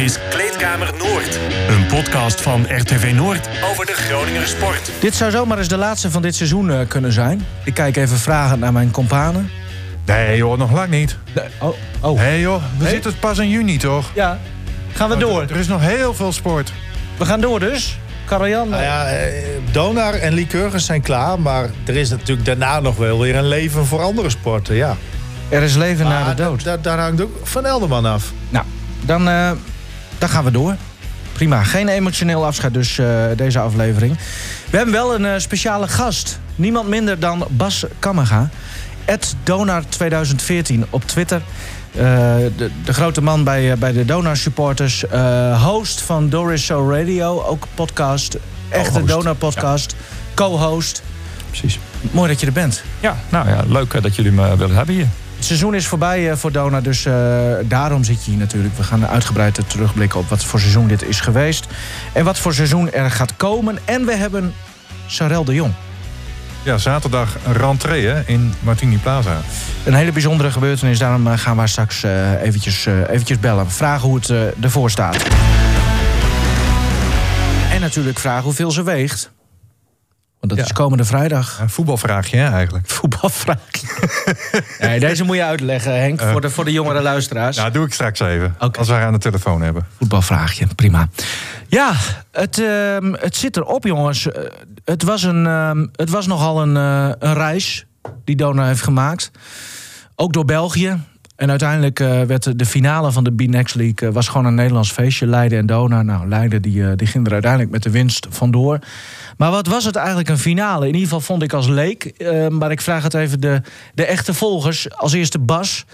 is Kleedkamer Noord. Een podcast van RTV Noord over de Groninger sport. Dit zou zomaar eens de laatste van dit seizoen kunnen zijn. Ik kijk even vragend naar mijn companen. Nee joh, nog lang niet. Oh. Nee joh, we zitten pas in juni toch? Ja, gaan we door. Er is nog heel veel sport. We gaan door dus. Karel-Jan? Nou ja, Donar en Lycurgus zijn klaar. Maar er is natuurlijk daarna nog wel weer een leven voor andere sporten, ja. Er is leven na de dood. Daar hangt ook Van Elderman af. Nou, dan gaan we door. Prima, geen emotioneel afscheid dus deze aflevering. We hebben wel een speciale gast. Niemand minder dan Bas Kammerga. @Donar2014 op Twitter. De grote man bij de Donar supporters. Host van Doris Show Radio. Ook podcast. Echte Donar podcast. Ja. Co-host. Precies. Mooi dat je er bent. Ja, nou ja, leuk dat jullie me willen hebben hier. Het seizoen is voorbij voor Donar, dus daarom zit je hier natuurlijk. We gaan uitgebreid terugblikken op wat voor seizoen dit is geweest. En wat voor seizoen er gaat komen. En we hebben Sarel de Jong. Ja, zaterdag een rentree hè, in Martini Plaza. Een hele bijzondere gebeurtenis, daarom gaan we haar straks eventjes bellen. Vragen hoe het ervoor staat. En natuurlijk vragen hoeveel ze weegt. Want dat is komende vrijdag. Een voetbalvraagje hè, eigenlijk. Voetbalvraagje. Nee, deze moet je uitleggen, Henk, voor de jongere luisteraars. Nou, doe ik straks even, Okay. als we haar aan de telefoon hebben. Voetbalvraagje, prima. Ja, het zit erop, jongens. Het was nogal een reis die Donar heeft gemaakt. Ook door België. En uiteindelijk werd de finale van de B-Next League was gewoon een Nederlands feestje. Leiden en Donar. Nou, Leiden die ging er uiteindelijk met de winst vandoor. Maar wat was het eigenlijk een finale? In ieder geval vond ik als leek. Maar ik vraag het even de echte volgers. Als eerste Bas.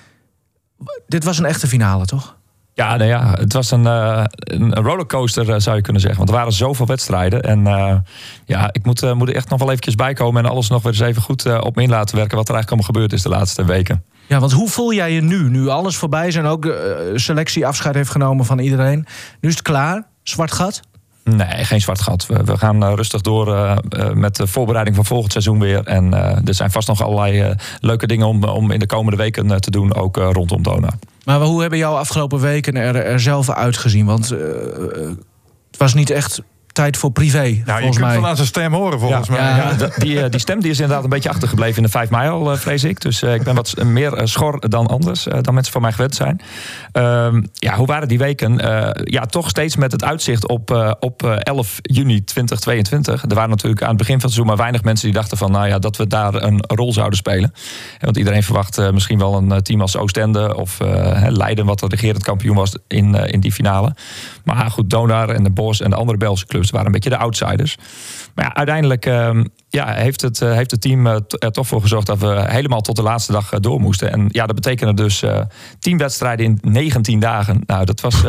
Dit was een echte finale, toch? Ja, nou ja, het was een rollercoaster zou je kunnen zeggen. Want er waren zoveel wedstrijden. En ik moet er echt nog wel eventjes bijkomen en alles nog weer eens even goed op me in laten werken. Wat er eigenlijk allemaal gebeurd is de laatste weken. Ja, want hoe voel jij je nu? Nu alles voorbij is en ook de selectie afscheid heeft genomen van iedereen. Nu is het klaar? Zwart gat? Nee, geen zwart gat. We gaan rustig door met de voorbereiding van volgend seizoen weer. En er zijn vast nog allerlei leuke dingen om in de komende weken te doen, ook rondom Donar. Maar hoe hebben jouw afgelopen weken er zelf uitgezien? Want het was niet echt tijd voor privé, nou, volgens mij. je kunt wel aan zijn stem horen, volgens mij. Ja. Die stem die is inderdaad een beetje achtergebleven in de 5 mei al, vrees ik. Dus ik ben wat meer schor dan anders, dan mensen van mij gewend zijn. Hoe waren die weken? Toch steeds met het uitzicht op 11 juni 2022. Er waren natuurlijk aan het begin van het seizoen maar weinig mensen die dachten van, dat we daar een rol zouden spelen. Want iedereen verwacht misschien wel een team als Oostende of Leiden, wat de regerend kampioen was in die finale. Maar goed, Donar en de Bosch en de andere Belgische clubs waren een beetje de outsiders. Maar uiteindelijk heeft het team er toch voor gezorgd dat we helemaal tot de laatste dag door moesten. En dat betekende dus 10 wedstrijden in 19 dagen. Nou, dat was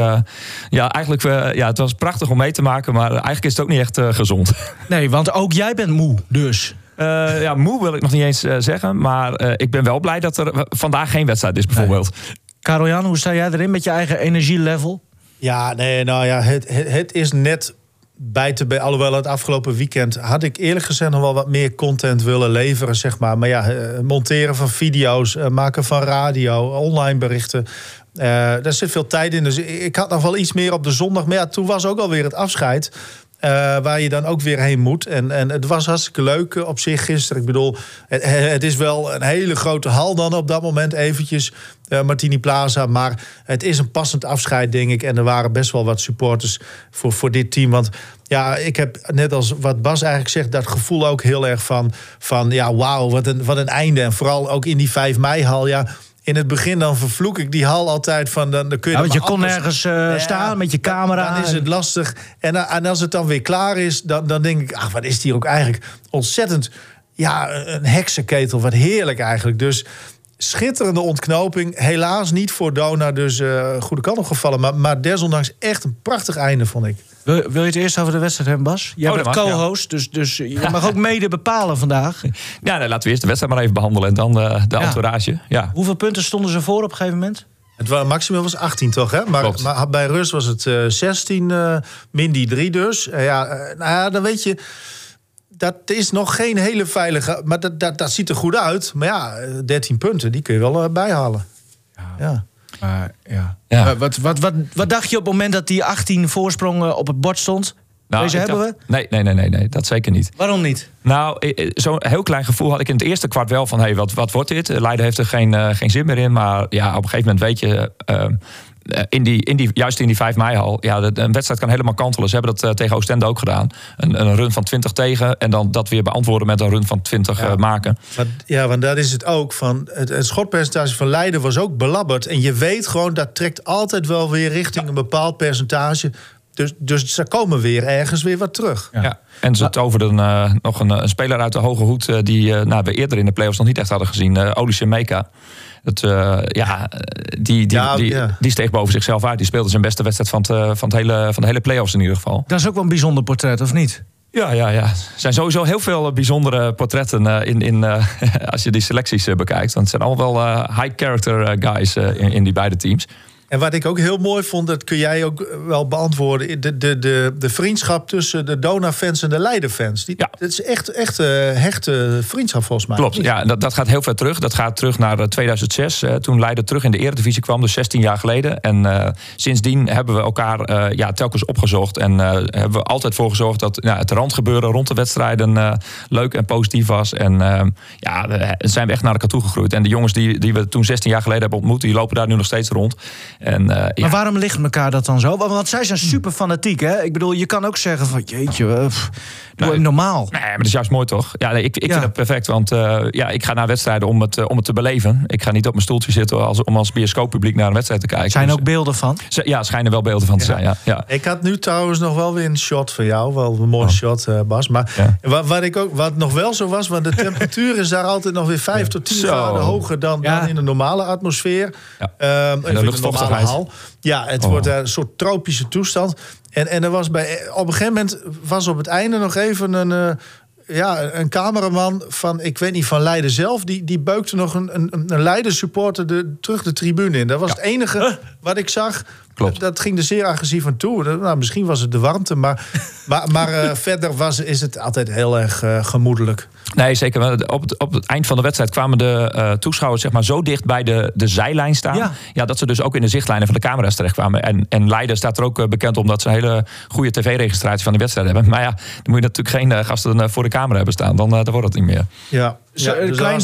het was prachtig om mee te maken, maar eigenlijk is het ook niet echt gezond. Nee, want ook jij bent moe, dus. Moe wil ik nog niet eens zeggen, maar ik ben wel blij dat er vandaag geen wedstrijd is, bijvoorbeeld. Nee. Karel-Jan, hoe sta jij erin met je eigen energielevel? Ja, het is net alhoewel het afgelopen weekend had ik eerlijk gezegd nog wel wat meer content willen leveren, zeg maar. Maar monteren van video's, maken van radio, online berichten. Daar zit veel tijd in. Dus ik had nog wel iets meer op de zondag. Maar toen was ook alweer het afscheid. Waar je dan ook weer heen moet. En het was hartstikke leuk op zich gisteren. Ik bedoel, het is wel een hele grote hal dan op dat moment eventjes. Martini Plaza. Maar het is een passend afscheid, denk ik. En er waren best wel wat supporters voor dit team. Want ik heb net als wat Bas eigenlijk zegt, dat gevoel ook heel erg van wauw, wat een einde. En vooral ook in die 5 mei-hal, in het begin dan vervloek ik die hal altijd van. Dan kun je want je kon nergens staan met je camera. Dan is het lastig. En als het dan weer klaar is, dan denk ik, wat is het hier ook eigenlijk ontzettend. Een heksenketel, wat heerlijk eigenlijk. Dus schitterende ontknoping. Helaas niet voor Donar, dus goede kant opgevallen. Maar desondanks echt een prachtig einde, vond ik. Wil je het eerst over de wedstrijd hebben, Bas? Jij bent co-host, dus je mag ook mede bepalen vandaag. Laten we eerst de wedstrijd maar even behandelen en dan de entourage. Ja. Hoeveel punten stonden ze voor op een gegeven moment? Het maximaal was 18, toch? Hè? Maar bij rust was het 16, min die 3 dus. Dan weet je, dat is nog geen hele veilige. Maar dat ziet er goed uit. Maar 13 punten, die kun je wel bijhalen. Ja. Ja. Wat dacht je op het moment dat die 18 voorsprong op het bord stond? Deze hebben we? Nee, dat zeker niet. Waarom niet? Nou, zo'n heel klein gevoel had ik in het eerste kwart wel van... wat wordt dit? Leiden heeft er geen zin meer in. Maar ja, op een gegeven moment weet je... juist in die 5 mei-hal... Ja, een wedstrijd kan helemaal kantelen. Ze hebben dat tegen Oostende ook gedaan. Een run van 20 tegen... en dan dat weer beantwoorden met een run van 20 maken. Want dat is het ook. Het schotpercentage van Leiden was ook belabberd. En je weet gewoon, dat trekt altijd wel weer richting een bepaald percentage... Dus ze komen weer ergens weer wat terug. Ja. En ze toverden nog een speler uit de hoge hoed... die we eerder in de play-offs nog niet echt hadden gezien. Olise Meka. Die steeg boven zichzelf uit. Die speelde zijn beste wedstrijd van de hele play-offs in ieder geval. Dat is ook wel een bijzonder portret, of niet? Ja. Er zijn sowieso heel veel bijzondere portretten als je die selecties bekijkt. Want het zijn allemaal wel high-character guys in die beide teams. En wat ik ook heel mooi vond, dat kun jij ook wel beantwoorden... de vriendschap tussen de Dona-fans en de Leiden-fans. Dat is echt hechte vriendschap volgens mij. Klopt, ja, dat gaat heel ver terug. Dat gaat terug naar 2006, toen Leiden terug in de Eredivisie kwam. Dus 16 jaar geleden. En sindsdien hebben we elkaar telkens opgezocht. En hebben we altijd voor gezorgd dat het randgebeuren rond de wedstrijden... leuk en positief was. En zijn we echt naar elkaar toe gegroeid. En de jongens die we toen 16 jaar geleden hebben ontmoet... die lopen daar nu nog steeds rond... Maar waarom ligt elkaar dat dan zo? Want zij zijn super fanatiek, hè? Ik bedoel, je kan ook zeggen van... jeetje, doe normaal. Nee, maar dat is juist mooi, toch? Ja, ik vind het perfect, want ik ga naar wedstrijden om het te beleven. Ik ga niet op mijn stoeltje zitten om als bioscooppubliek naar een wedstrijd te kijken. Zijn ook beelden van? Ja, schijnen wel beelden van te zijn, ja. Ik had nu trouwens nog wel weer een shot van jou. Wel een mooi shot, Bas. Maar wat nog wel zo was... want de temperatuur is daar altijd nog weer 5 tot 10 graden hoger... dan in de normale atmosfeer. Ja. En de luchtvochtigheid. Ja, het wordt een soort tropische toestand. En er was op een gegeven moment was op het einde nog even een cameraman van, ik weet niet, van Leiden zelf... die beukte nog een Leiden supporter terug de tribune in. Dat was het enige wat ik zag. Klopt. Dat ging er zeer agressief aan toe. Nou, misschien was het de warmte, maar verder is het altijd heel erg gemoedelijk. Nee, zeker. Op het eind van de wedstrijd kwamen de toeschouwers zeg maar zo dicht bij de zijlijn staan. Ja, dat ze dus ook in de zichtlijnen van de camera's terechtkwamen. En Leiden staat er ook bekend omdat ze een hele goede tv-registratie van die wedstrijd hebben. Maar ja, dan moet je natuurlijk geen gasten voor de camera hebben staan. Dan wordt het niet meer. Ja. Een klein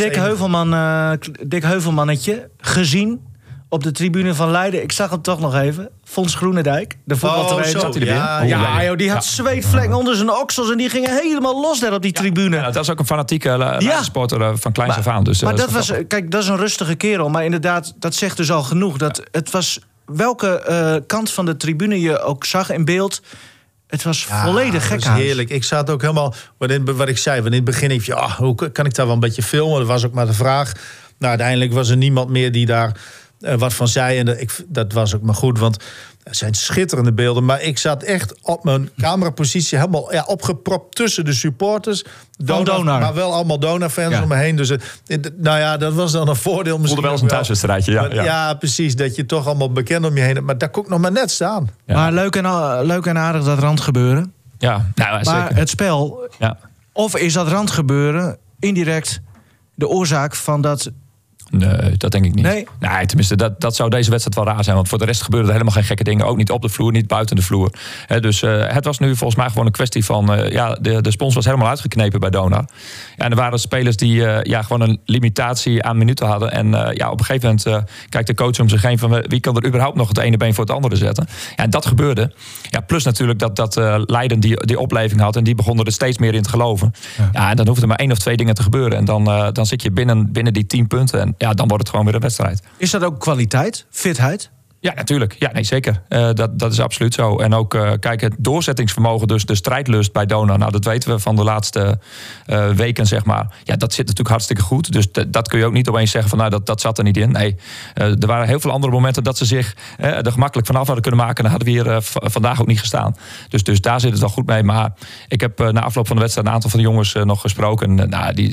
dik Heuvelmannetje gezien op de tribune van Leiden. Ik zag hem toch nog even. Fons Groenendijk, de voetbaltrainer. Zat hij er weer? Die had zweetvlekken onder zijn oksels... en die gingen helemaal los daar op die tribune. Ja, dat was ook een fanatieke sporter van kleins af aan. Dus, maar dat is een rustige kerel. Maar inderdaad, dat zegt dus al genoeg. Het was welke kant van de tribune je ook zag in beeld... Het was volledig gek. Dat was heerlijk. Ik zat ook helemaal... Wat ik zei, in het begin... hoe kan ik daar wel een beetje filmen? Dat was ook maar de vraag. Nou, uiteindelijk was er niemand meer die daar... wat van zei. En dat was ook maar goed, want het zijn schitterende beelden. Maar ik zat echt op mijn camerapositie helemaal opgepropt tussen de supporters. Donar. Maar wel allemaal Dona-fans om me heen. Dus dat was dan een voordeel. Voelde wel eens een thuiswedstrijdje. Ja, precies. Dat je toch allemaal bekend om je heen hebt. Maar daar kon ik nog maar net staan. Ja. Maar leuk en aardig dat randgebeuren. Ja, maar zeker. Het spel... Ja. Of is dat randgebeuren indirect de oorzaak van dat... Nee, dat denk ik niet. Nee, tenminste, dat zou deze wedstrijd wel raar zijn. Want voor de rest gebeurden er helemaal geen gekke dingen. Ook niet op de vloer, niet buiten de vloer. Dus het was nu volgens mij gewoon een kwestie van... de spons was helemaal uitgeknepen bij Donar. En er waren spelers die gewoon een limitatie aan minuten hadden. En op een gegeven moment kijkt de coach om zich heen... van wie kan er überhaupt nog het ene been voor het andere zetten. Ja, en dat gebeurde. Ja, plus natuurlijk dat Leiden die opleving had... en die begonnen er steeds meer in te geloven. Ja, en dan hoeft er maar 1 of 2 dingen te gebeuren. En dan zit je binnen die 10 punten... En dan wordt het gewoon weer een wedstrijd. Is dat ook kwaliteit? Fitheid? Ja, natuurlijk. Ja, nee, zeker. Dat is absoluut zo. En ook, het doorzettingsvermogen, dus de strijdlust bij Donar... nou, dat weten we van de laatste weken, zeg maar. Ja, dat zit natuurlijk hartstikke goed. Dus dat kun je ook niet opeens zeggen van... nou, dat zat er niet in. Nee, er waren heel veel andere momenten dat ze zich er gemakkelijk vanaf hadden kunnen maken. Dan hadden we hier vandaag ook niet gestaan. Dus daar zit het wel goed mee. Maar ik heb na afloop van de wedstrijd... een aantal van de jongens nog gesproken.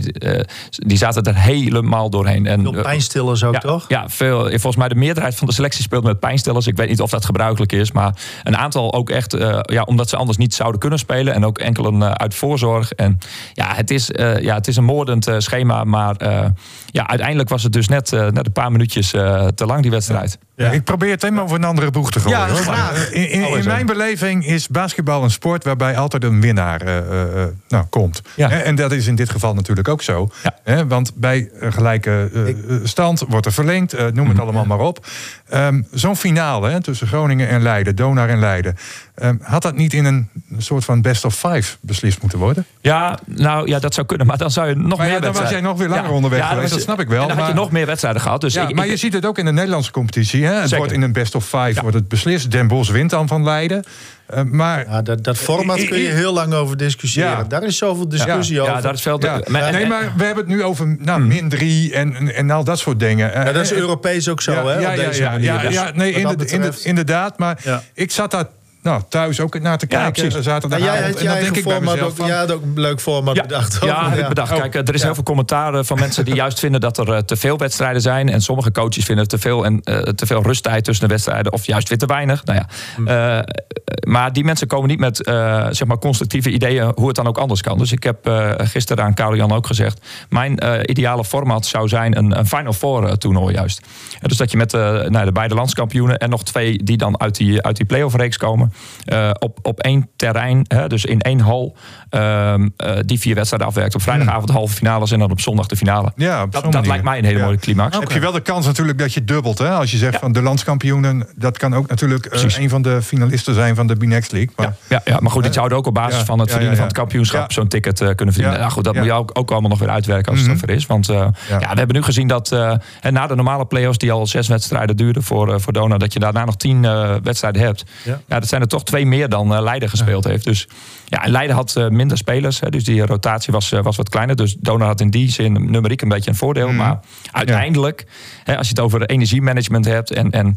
Die zaten er helemaal doorheen. Veel pijnstillers ook, toch? Ja, veel. Volgens mij de meerderheid van de selectie speelt met pijnstillers. Ik weet niet of dat gebruikelijk is, maar een aantal ook echt omdat ze anders niet zouden kunnen spelen en ook enkelen uit voorzorg. En het is een moordend schema, maar uiteindelijk was het dus net een paar minuutjes te lang, die wedstrijd. Ja. Ik probeer het helemaal over een andere boeg te gooien. Ja, hoor. graag. In mijn beleving is basketbal een sport waarbij altijd een winnaar komt. Ja. En dat is in dit geval natuurlijk ook zo. Ja. Want bij gelijke stand wordt er verlengd. Noem het allemaal maar op. Zo'n finale tussen Groningen en Leiden, Donar en Leiden. Had dat niet in een soort van best of 5 beslist moeten worden? Ja, dat zou kunnen. Maar dan zou je nog meer wedstrijden... Dan was jij nog weer langer onderweg geweest, dat snap ik wel. En dan had je nog meer wedstrijden gehad. Dus maar je ziet het ook in de Nederlandse competitie. Hè? Het wordt in een best of 5 wordt het beslist. Den Bosch wint dan van Leiden. Maar dat format kun je heel lang over discussiëren. Ja. Daar is zoveel discussie over. Ja, daar is veel maar we hebben het nu over min 3 en al dat soort dingen. Dat is Europees ook zo, hè? Op deze manier. Inderdaad. Maar ik zat daar thuis ook naar te kijken. Zaterdagavond. Jij had ook een leuk format bedacht. Ja, heb ik bedacht. Kijk, er is heel veel commentaar van mensen die juist vinden dat er te veel wedstrijden zijn. En sommige coaches vinden te veel en te veel rusttijd tussen de wedstrijden. Of juist weer te weinig. Maar die mensen komen niet met constructieve ideeën hoe het dan ook anders kan. Dus ik heb gisteren aan Karel-Jan ook gezegd, mijn ideale format zou zijn een Final Four toernooi juist. Dus dat je met de beide landskampioenen en nog 2 die dan uit die play-off reeks komen. Op 1 terrein, dus in 1 hal, die 4 wedstrijden afwerkt. Op vrijdagavond de halve finales en dan op zondag de finale. Ja, dat lijkt mij een hele mooie climax. Heb je wel de kans natuurlijk dat je dubbelt. Hè? Als je zegt van de landskampioenen, dat kan ook natuurlijk een van de finalisten zijn van de B-Next League. Maar, maar goed, dit zouden ook op basis van het verdienen van het kampioenschap zo'n ticket kunnen verdienen. Nou goed, dat moet je ook allemaal nog weer uitwerken als het zover is. Want we hebben nu gezien dat na de normale play-offs die al 6 wedstrijden duurden voor Donar, dat je daarna nog 10 wedstrijden hebt. Dat zijn er toch 2 meer dan Leiden gespeeld heeft. Dus en Leiden had minder spelers. Dus die rotatie was wat kleiner. Dus Donar had in die zin numeriek een beetje een voordeel. Maar uiteindelijk, als je het over energiemanagement hebt. En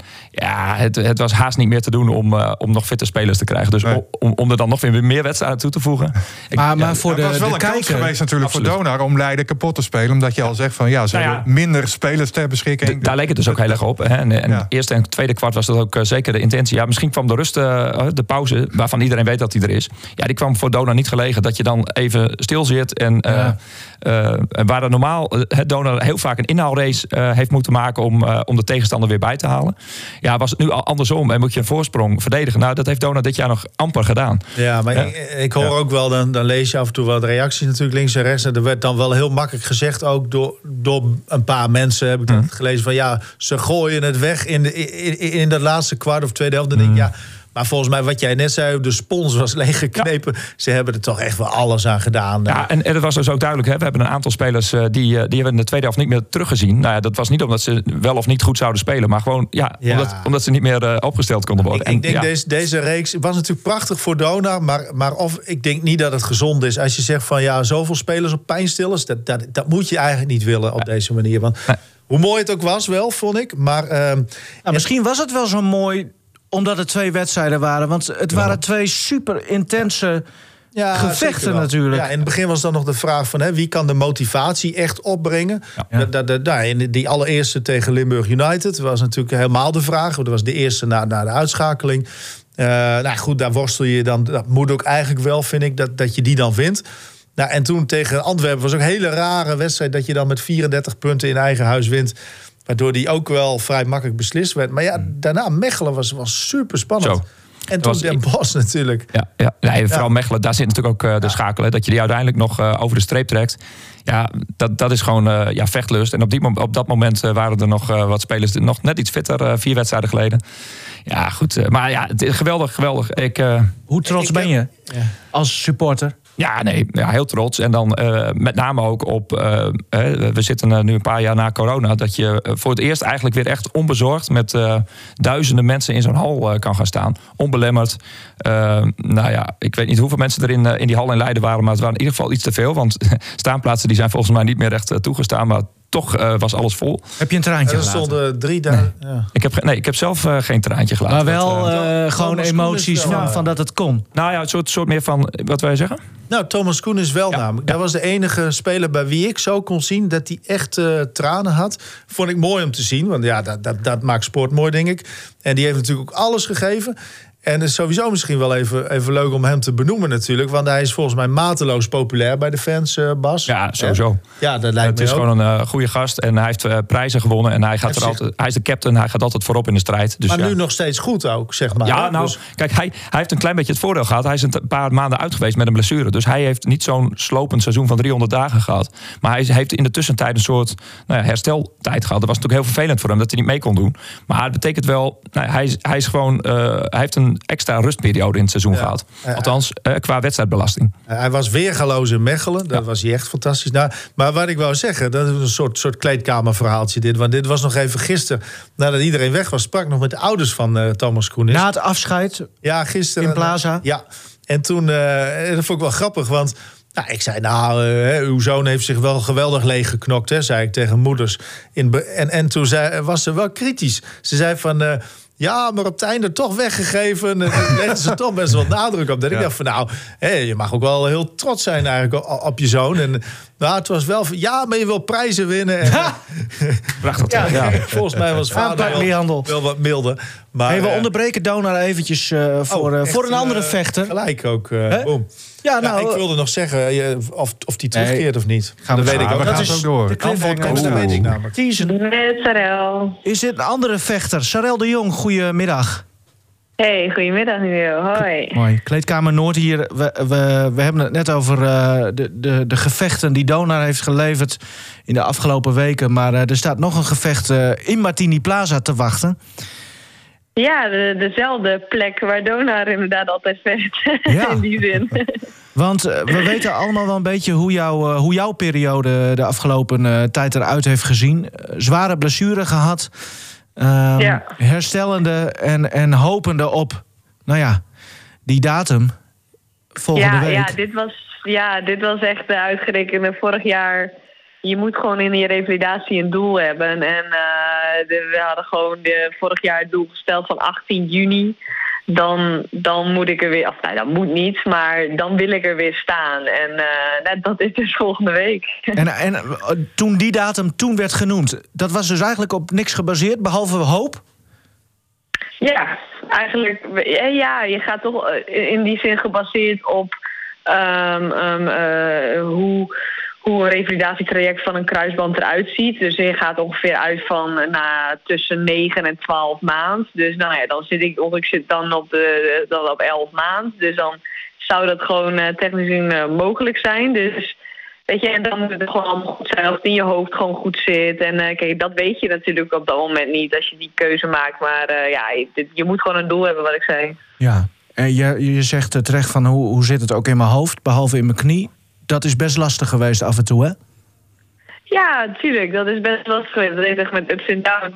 het was haast niet meer te doen om nog fitte spelers te krijgen. Dus om er dan nog weer meer wedstrijden toe te voegen. Maar voor het was wel een kans geweest natuurlijk voor Donar om Leiden kapot te spelen. Omdat je al zegt van ze hebben minder spelers ter beschikking. Daar leek het dus ook heel erg op. En eerste en tweede kwart was dat ook zeker de intentie. Ja, misschien kwam de rust, de pauze, waarvan iedereen weet dat die er is. Ja, die kwam voor Donar niet gelegen. Dat je dan even stil zit. En waar er normaal Donar heel vaak een inhaalrace heeft moeten maken om de tegenstander weer bij te halen. Ja, was het nu al andersom en moet je een voorsprong verdedigen. Nou, dat heeft Donar dit jaar nog amper gedaan. Ja, maar ik hoor ook wel, dan lees je af en toe wel de reacties natuurlijk links en rechts. En er werd dan wel heel makkelijk gezegd, ook door een paar mensen heb ik dat gelezen, van ze gooien het weg in dat laatste kwart of tweede helft. Dan denk ik, maar volgens mij, wat jij net zei, de spons was leeggeknepen. Ze hebben er toch echt wel alles aan gedaan. Ja, en het was dus ook duidelijk. We hebben een aantal spelers die hebben in de tweede helft niet meer teruggezien. Nou ja, dat was niet omdat ze wel of niet goed zouden spelen. Maar gewoon omdat ze niet meer opgesteld konden worden. Ik denk deze reeks was natuurlijk prachtig voor Donar. Maar ik denk niet dat het gezond is. Als je zegt van zoveel spelers op pijnstillers. Dat moet je eigenlijk niet willen op deze manier. Want hoe mooi het ook was wel, vond ik. Maar misschien was het wel zo mooi omdat het 2 wedstrijden waren. Want het waren 2 super intense gevechten natuurlijk. Ja, in het begin was dan nog de vraag van wie kan de motivatie echt opbrengen. In die allereerste tegen Limburg United was natuurlijk helemaal de vraag. Dat was de eerste na de uitschakeling. Daar worstel je dan. Dat moet ook eigenlijk wel, vind ik, dat je die dan wint. En toen tegen Antwerpen was ook een hele rare wedstrijd. Dat je dan met 34 punten in eigen huis wint. Waardoor die ook wel vrij makkelijk beslist werd. Maar daarna Mechelen was super spannend. Zo. En toen Den Bosch natuurlijk. Vooral Mechelen, daar zit natuurlijk ook de schakelen. Dat je die uiteindelijk nog over de streep trekt. Ja, dat is gewoon vechtlust. En op dat moment waren er nog wat spelers nog net iets fitter, 4 wedstrijden geleden. Ja, goed. Maar het is geweldig. Hoe trots ben je als supporter? Ja, heel trots. En dan met name ook op... we zitten nu een paar jaar na corona. Dat je voor het eerst eigenlijk weer echt onbezorgd met duizenden mensen in zo'n hal kan gaan staan. Onbelemmerd. Ik weet niet hoeveel mensen er in die hal in Leiden waren. Maar het waren in ieder geval iets te veel. Want staanplaatsen die zijn volgens mij niet meer echt toegestaan. Maar toch was alles vol. Heb je een traantje gelaten? Er stonden 3000. Nee. Ik heb zelf geen traantje gelaten. Maar wel gewoon emoties van dat het kon. Nou ja, een soort meer van... Wat wil je zeggen? Nou, Thomas Koen is wel namelijk. Dat was de enige speler bij wie ik zo kon zien dat hij echt tranen had. Vond ik mooi om te zien. Want dat maakt sport mooi, denk ik. En die heeft natuurlijk ook alles gegeven. En het is sowieso misschien wel even leuk om hem te benoemen natuurlijk. Want hij is volgens mij mateloos populair bij de fans, Bas. Ja, sowieso. Ja, dat lijkt me Het is ook. gewoon een goede gast. En hij heeft prijzen gewonnen. En hij is de captain. Hij gaat altijd voorop in de strijd. Dus maar nu nog steeds goed ook, zeg maar. Ja, nou, Dus... kijk, hij heeft een klein beetje het voordeel gehad. Hij is een paar maanden uit geweest met een blessure. Dus hij heeft niet zo'n slopend seizoen van 300 dagen gehad. Maar hij heeft in de tussentijd een soort hersteltijd gehad. Dat was natuurlijk heel vervelend voor hem dat hij niet mee kon doen. Maar het betekent wel, hij is gewoon, hij heeft een extra rustperiode in het seizoen gehad. Althans, qua wedstrijdbelasting. Hij was weergaloos in Mechelen. Dat was hij echt fantastisch. Nou, maar wat ik wou zeggen, dat is een soort kleedkamerverhaaltje dit. Want dit was nog even gisteren, nadat iedereen weg was, sprak nog met de ouders van Thomas Kroenis. Na het afscheid gisteren in Plaza. Ja, en toen, dat vond ik wel grappig, want... Nou, ik zei, uw zoon heeft zich wel geweldig leeggeknokt, hè, zei ik tegen moeders. En toen was ze wel kritisch. Ze zei van... ja, maar op het einde toch weggegeven. Legden ze toch best wel nadruk op. Dat ik dacht van, je mag ook wel heel trots zijn eigenlijk op je zoon. En het was wel van, maar je wil prijzen winnen. En, prachtig. Ja. Volgens mij was vader wel wat milder. Maar, we onderbreken Donar eventjes voor een andere vechter. Gelijk ook. Boom. Ja, ik wilde nog zeggen of die terugkeert of niet. Dat weet ik ook. Dat is ook door. De cliffhanger. Dat weet ik namelijk. Met Sarel. Is dit een andere vechter? Sarel de Jong, goedemiddag. Hey, goedemiddag Nilo. Hoi. Mooi. Kleedkamer Noord hier. We hebben het net over de gevechten die Donar heeft geleverd in de afgelopen weken. Maar er staat nog een gevecht in Martini Plaza te wachten. Ja, dezelfde plek waar Donar inderdaad altijd vecht. Ja. In die zin. Want we weten allemaal wel een beetje hoe jouw periode de afgelopen tijd eruit heeft gezien. Zware blessure gehad. Herstellende en hopende op, die datum volgende week. Dit was echt uitgerekend vorig jaar. Je moet gewoon in je revalidatie een doel hebben. En we hadden gewoon vorig jaar het doel gesteld van 18 juni. Dan moet ik er weer... dat moet niet, maar dan wil ik er weer staan. En dat is dus volgende week. En toen die datum werd genoemd... dat was dus eigenlijk op niks gebaseerd, behalve hoop? Ja, eigenlijk... Ja, je gaat toch in die zin gebaseerd op... hoe een revalidatietraject van een kruisband eruit ziet. Dus je gaat ongeveer uit van tussen 9 en 12 maanden. Dus dan ik zit dan op 11 maanden. Dus dan zou dat gewoon technisch gezien mogelijk zijn. Dus weet je, en dan moet het gewoon allemaal goed zijn. Of het in je hoofd gewoon goed zit. En kijk, dat weet je natuurlijk op dat moment niet als je die keuze maakt. Maar je moet gewoon een doel hebben, wat ik zei. Ja, en je zegt terecht van hoe zit het ook in mijn hoofd, behalve in mijn knie. Dat is best lastig geweest af en toe, hè? Ja, natuurlijk. Dat is best lastig geweest. Dat heeft echt met ups en downs.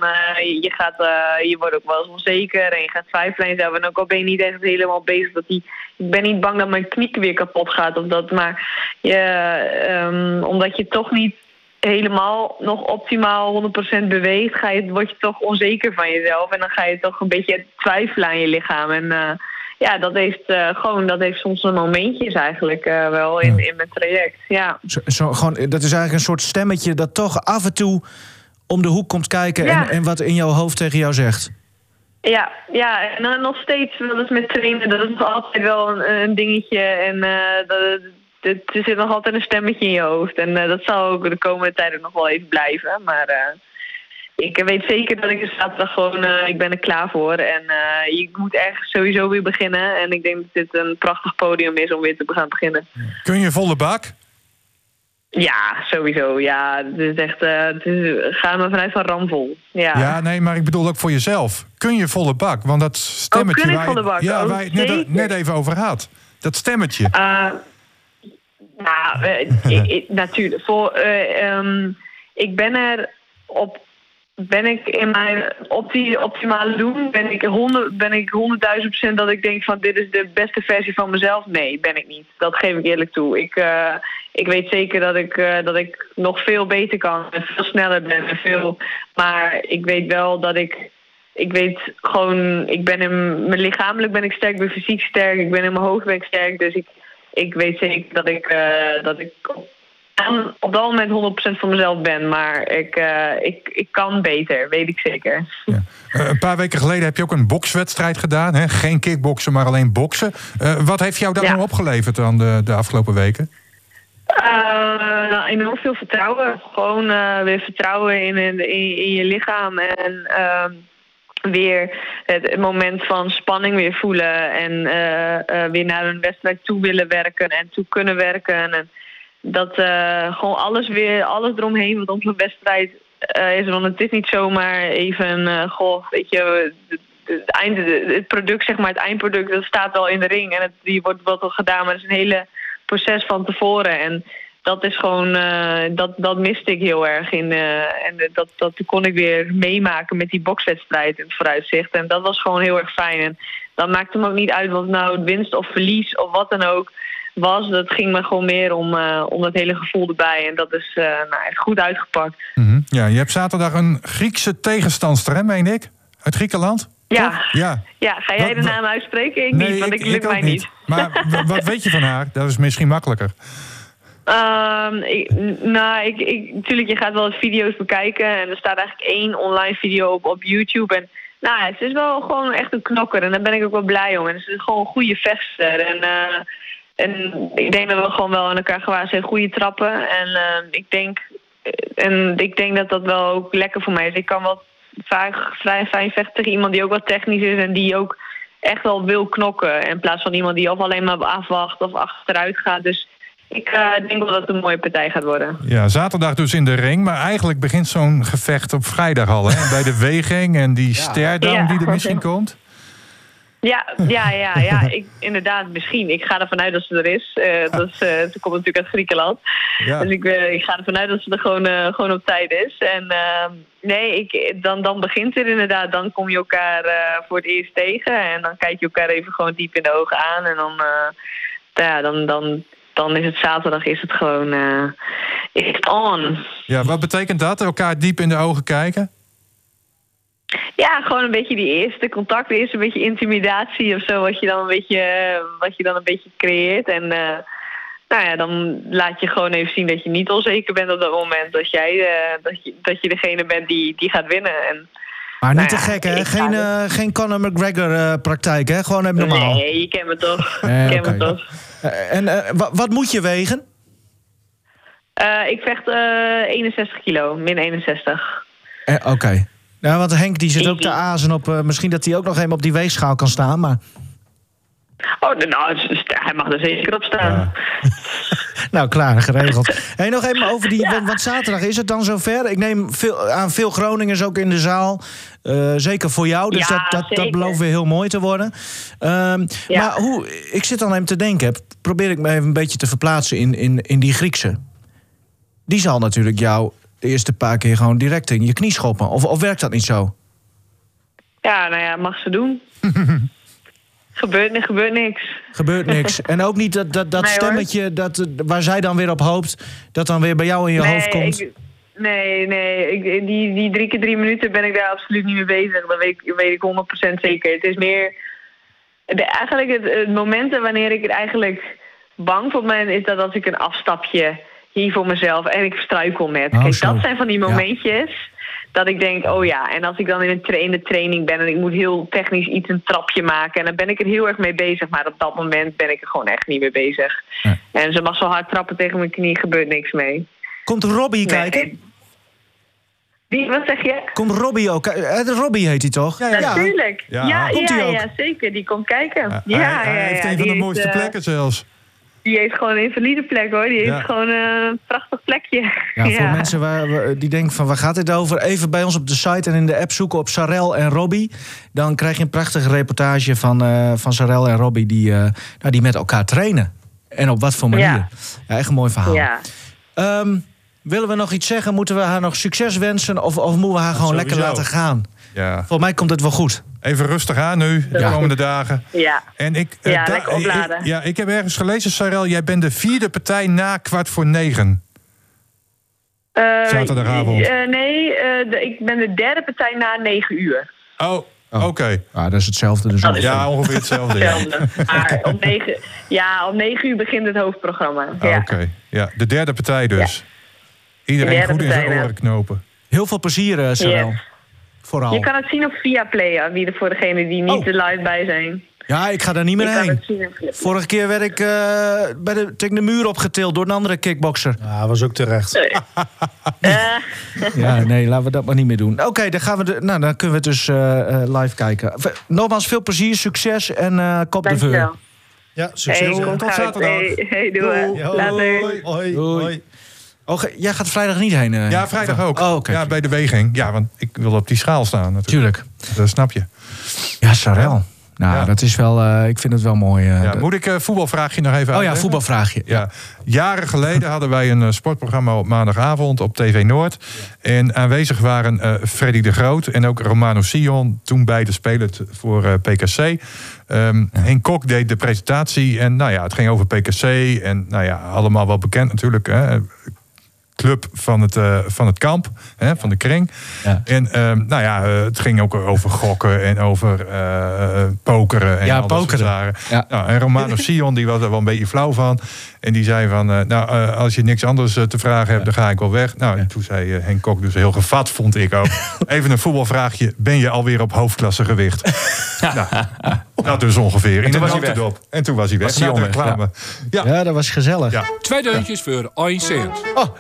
Je wordt ook wel eens onzeker en je gaat twijfelen en zo. En ook al ben je niet echt helemaal bezig ik ben niet bang dat mijn knie weer kapot gaat of dat. Maar omdat je toch niet helemaal nog optimaal 100% beweegt, word je toch onzeker van jezelf. En dan ga je toch een beetje twijfelen aan je lichaam. En dat heeft soms een momentjes eigenlijk wel in mijn traject. Ja. Dat is eigenlijk een soort stemmetje dat toch af en toe om de hoek komt kijken en wat in jouw hoofd tegen jou zegt. Ja, en dan nog steeds wel eens met trainen, dat is nog altijd wel een dingetje. En er zit nog altijd een stemmetje in je hoofd. En dat zal ook de komende tijd nog wel even blijven. Maar ik weet zeker dat ik er zaterdag gewoon... ik ben er klaar voor. En je moet echt sowieso weer beginnen. En ik denk dat dit een prachtig podium is om weer te gaan beginnen. Kun je volle bak? Ja, sowieso. Ja, het is echt... gaan we vanuit van ramvol. Ja, nee, maar ik bedoel ook voor jezelf. Kun je volle bak? Want dat stemmetje... kun ik volle bak? Waar je het net even over had. Dat stemmetje. Natuurlijk. Ik ben er op... Ben ik in mijn optimale doen? Ben ik 100.000% dat ik denk van dit is de beste versie van mezelf? Nee, ben ik niet. Dat geef ik eerlijk toe. Ik weet zeker dat ik nog veel beter kan en veel sneller ben. Maar ik weet wel dat ik ben in mijn lichamelijk ben ik sterk, ik ben fysiek sterk, ik ben in mijn hoofd ben ik sterk. Dus ik weet zeker dat ik op dat moment 100% van mezelf ben. Maar ik kan beter, weet ik zeker. Ja. Een paar weken geleden heb je ook een bokswedstrijd gedaan. Hè? Geen kickboksen, maar alleen boksen. Wat heeft jou daar nou opgeleverd dan de afgelopen weken? Enorm veel vertrouwen. Gewoon weer vertrouwen in je lichaam. En weer het moment van spanning weer voelen. En weer naar een wedstrijd toe willen werken en toe kunnen werken. En dat gewoon alles eromheen wat om zo'n wedstrijd is. Want het is niet zomaar even, weet je, het product, zeg maar, het eindproduct, dat staat al in de ring. En die wordt wel gedaan, maar het is een hele proces van tevoren. En dat is gewoon, dat miste ik heel erg in. En dat kon ik weer meemaken met die bokswedstrijd in het vooruitzicht. En dat was gewoon heel erg fijn. En dan maakt het me ook niet uit wat nou winst of verlies of wat dan ook was. Dat ging me gewoon meer om dat hele gevoel erbij. En dat is echt goed uitgepakt. Mm-hmm. Ja, je hebt zaterdag een Griekse tegenstandster, hè, meen ik? Uit Griekenland? Ja. Ja. Ga jij de naam uitspreken? Ik niet, want ik lukt mij niet. Maar wat weet je van haar? Dat is misschien makkelijker. Natuurlijk, je gaat wel eens video's bekijken. En er staat eigenlijk 1 online video op YouTube. En het is wel gewoon echt een knokker. En daar ben ik ook wel blij om. En het is gewoon een goede vechter. En ik denk dat we gewoon wel aan elkaar gewaar zijn. Goede trappen. En ik denk dat dat wel ook lekker voor mij is. Ik kan wel vaak vrij fijn vechten tegen iemand die ook wat technisch is. En die ook echt wel wil knokken. In plaats van iemand die of alleen maar afwacht of achteruit gaat. Dus ik denk wel dat het een mooie partij gaat worden. Ja, zaterdag dus in de ring. Maar eigenlijk begint zo'n gevecht op vrijdag al. Hè? Bij de weging en die stare-down die er misschien komt. Ja. Inderdaad, misschien. Ik ga ervan uit dat ze er is. Ze komt natuurlijk uit Griekenland. Ja. Dus ik ga ervan uit dat ze er gewoon op tijd is. En dan begint het inderdaad. Dan kom je elkaar voor het eerst tegen. En dan kijk je elkaar even gewoon diep in de ogen aan. En dan is het zaterdag, is het gewoon is het on. Ja, wat betekent dat? Elkaar diep in de ogen kijken? Ja, gewoon een beetje die eerste contact, de eerste beetje intimidatie of zo, wat je dan een beetje creëert. En dan laat je gewoon even zien dat je niet onzeker bent op dat moment. Dat je degene bent die gaat winnen. En, maar niet te gek, hè? Geen Conor McGregor praktijk, hè? Gewoon even normaal. Nee, je kent me toch. Wat moet je wegen? Ik vecht 61 kilo, min 61. Oké. Nou, want Henk die zit ook te azen op. Misschien dat hij ook nog even op die weegschaal kan staan, maar. Hij mag er zeker op staan. Ja. Nou, klaar, geregeld. Hey, nog even over die. Want zaterdag is het dan zover. Ik neem veel Groningers ook in de zaal. Zeker voor jou. Dus dat belooft weer heel mooi te worden. Maar ik zit dan even te denken. Probeer ik me even een beetje te verplaatsen in die Griekse. Die zal natuurlijk jou de eerste paar keer gewoon direct in je knie schoppen. Of werkt dat niet zo? Ja, mag ze doen. Gebeurt niks. Gebeurt niks. En ook niet dat stemmetje waar zij dan weer op hoopt, dat dan weer bij jou in je hoofd komt? Die 3 keer 3 minuten ben ik daar absoluut niet mee bezig. Dat weet ik 100% zeker. Het is meer eigenlijk het momenten wanneer ik het eigenlijk bang voor ben, is dat als ik een afstapje hier voor mezelf en ik struikel met. Kijk, dat zijn van die momentjes dat ik denk, en als ik dan in de training ben en ik moet heel technisch een trapje maken en dan ben ik er heel erg mee bezig, maar op dat moment ben ik er gewoon echt niet mee bezig. Ja. En ze mag zo hard trappen tegen mijn knie, gebeurt niks mee. Komt Robbie kijken? Wat zeg je? Komt Robbie ook? Robbie heet hij toch? Ja. Natuurlijk. Ja, zeker. Die komt kijken. Hij heeft een van de mooiste plekken zelfs. Die heeft gewoon een invalide plek, hoor. Die heeft gewoon een prachtig plekje. Ja, voor mensen die denken van waar gaat dit over? Even bij ons op de site en in de app zoeken op Sarel en Robbie. Dan krijg je een prachtige reportage van Sarel en Robbie die met elkaar trainen. En op wat voor manier. Ja, echt een mooi verhaal. Ja. Willen we nog iets zeggen? Moeten we haar nog succes wensen? Of moeten we haar gewoon lekker laten gaan? Ja. Volgens mij komt het wel goed. Even rustig aan nu, de komende dagen. Ja, en lekker opladen. Ik heb ergens gelezen, Sarel, jij bent de 4e partij na 8:45. Zaterdagavond. Ik ben de 3e partij na 9 uur. Oh, Oké. Dat is hetzelfde. Dus Ja, ongeveer hetzelfde. Maar om 9 uur begint het hoofdprogramma. Ja. Oké. Ja, de derde partij dus. Iedereen derde goed in zijn partij, oren knopen. Heel veel plezier, Sarel. Yes. Vooral. Je kan het zien op Viaplay, voor degenen die niet er live bij zijn. Ja, ik ga daar niet meer Je kan heen. het zien op Viaplay. Vorige keer werd ik tegen de muur opgetild door een andere kickbokser. Ja, was ook terecht. Ja, nee, laten we dat maar niet meer doen. Oké, dan kunnen we het dus live kijken. Nogmaals, veel plezier, succes en kop de veur. Dankjewel. Ja, succes. Komt tot zaterdag. Hey, doei. Later. Hoi. Oh, jij gaat vrijdag niet heen? Ja, vrijdag ook. Oh, okay. Ja, bij de weging. Ja, want ik wil op die schaal staan natuurlijk. Tuurlijk. Dat snap je. Ja, Sarel. Nou, dat is wel... ik vind het wel mooi. Moet ik voetbalvraagje nog even uitleggen? ja, voetbalvraagje. Ja. Jaren geleden hadden wij een sportprogramma op maandagavond op TV Noord. En aanwezig waren Freddy de Groot en ook Romano Sion. Toen beide spelend voor PKC. Henk Kok deed de presentatie. En het ging over PKC. En allemaal wel bekend natuurlijk. Hè. Club van het kamp, van de kring. Ja. En het ging ook over gokken en over pokeren. En pokeren. En Romano Sion, die was er wel een beetje flauw van. En die zei van, als je niks anders te vragen hebt, dan ga ik wel weg. En toen zei Henk Kok, dus heel gevat, vond ik ook. Even een voetbalvraagje, ben je alweer op hoofdklasse gewicht? Dat dus ongeveer. En toen was hij weg. En toen was hij weg. Na de reclame. Ja, dat was gezellig. Ja. 2 deuntjes voor 1 cent.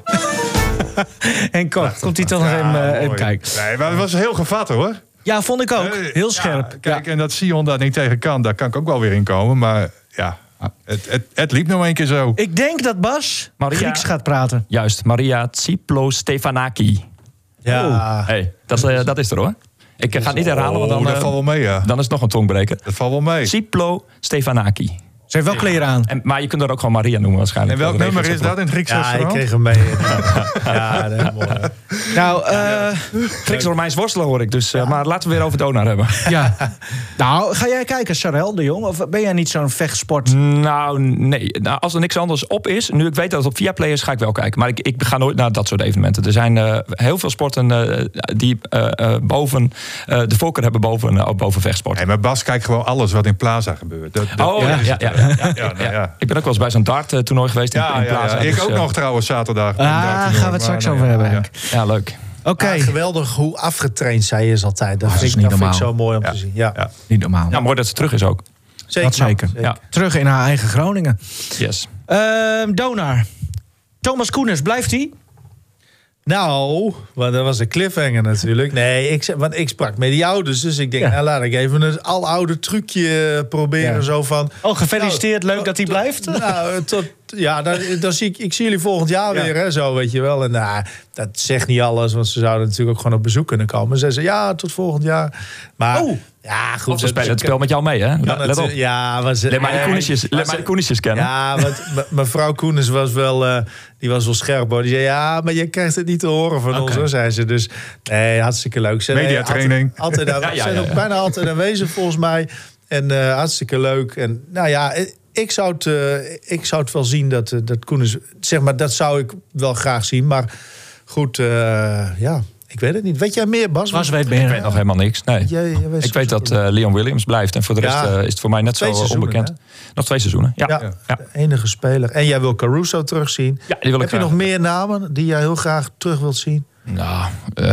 En Kok, komt hij toch nog even kijken? Nee, maar het was heel gevat hoor. Ja, vond ik ook. Heel scherp. Kijk, en dat Sion daar niet tegen kan, daar kan ik ook wel weer in komen. Maar ja, het liep nog een keer zo. Ik denk dat Bas Grieks gaat praten. Juist, Maria Tsiplo-Stefanaki. Ja. Hey, dat is er hoor. Ik ga het niet herhalen, want dan, dat valt wel mee, ja. Dan is het nog een tongbreker. Dat valt wel mee. Tsiplo-Stefanaki. Ze heeft wel kleren aan. Maar je kunt er ook gewoon Maria noemen waarschijnlijk. En welk nummer is dat in het Grieks restaurant? Ja, ik kreeg hem mee. Ja, dat is mooi. Nou, Grieks-Romeins worstelen hoor ik. Dus, maar laten we weer over Donar hebben. Ja. Nou, ga jij kijken, Sarel de Jong? Of ben jij niet zo'n vechtsport? Nou, nee. Nou, als er niks anders op is, nu ik weet dat het op Viaplay is, ga ik wel kijken. Maar ik ga nooit naar dat soort evenementen. Er zijn heel veel sporten die boven de voorkeur hebben boven vechtsport. Nee, maar Bas kijkt gewoon alles wat in Plaza gebeurt. Ik ben ook wel eens bij zo'n dart-toernooi geweest in Plaza. Ik ook nog trouwens zaterdag. Gaan we het straks over hebben, Henk. Ja, leuk. Oké. Geweldig hoe afgetraind zij is altijd. Dat vind ik zo mooi om te zien. Ja. Niet normaal. Ja, mooi dat ze terug is ook. Zeker. Dat zeker. Ja. Terug in haar eigen Groningen. Yes. Donar. Thomas Koeners, blijft hij? Nou, want dat was een cliffhanger natuurlijk. Nee, want ik sprak met die ouders. Dus ik denk, laat ik even een aloude trucje proberen. Zo van, gefeliciteerd, leuk dat hij blijft. Dan zie ik zie jullie volgend jaar weer. Hè, zo, weet je wel. En dat zegt niet alles, want ze zouden natuurlijk ook gewoon op bezoek kunnen komen. Ze zei, tot volgend jaar. Maar ja, goed. Of ze spelen het spel met jou mee, hè? Let op. Ja, maar let maar de Koenisjes kennen. Ja, want mevrouw Koenens was wel... die was wel scherp, hoor. Die zei, maar je krijgt het niet te horen van ons, hoor, zei ze. Dus, nee, hartstikke leuk. Mediatraining. Ze zijn ook bijna altijd aanwezig, volgens mij. En hartstikke leuk. En ik zou het wel zien dat Koenens... Zeg maar, dat zou ik wel graag zien. Maar goed, ik weet het niet. Weet jij meer, Bas? Bas weet Ik meer. weet nog helemaal niks. Nee. Ik weet dat Leon Williams blijft. En voor de rest is het voor mij net zo onbekend. Hè? Nog 2 seizoenen. Ja. De enige speler. En jij wil Caruso terugzien. Ja, die wil Heb je nog meer namen die jij heel graag terug wilt zien? Nou,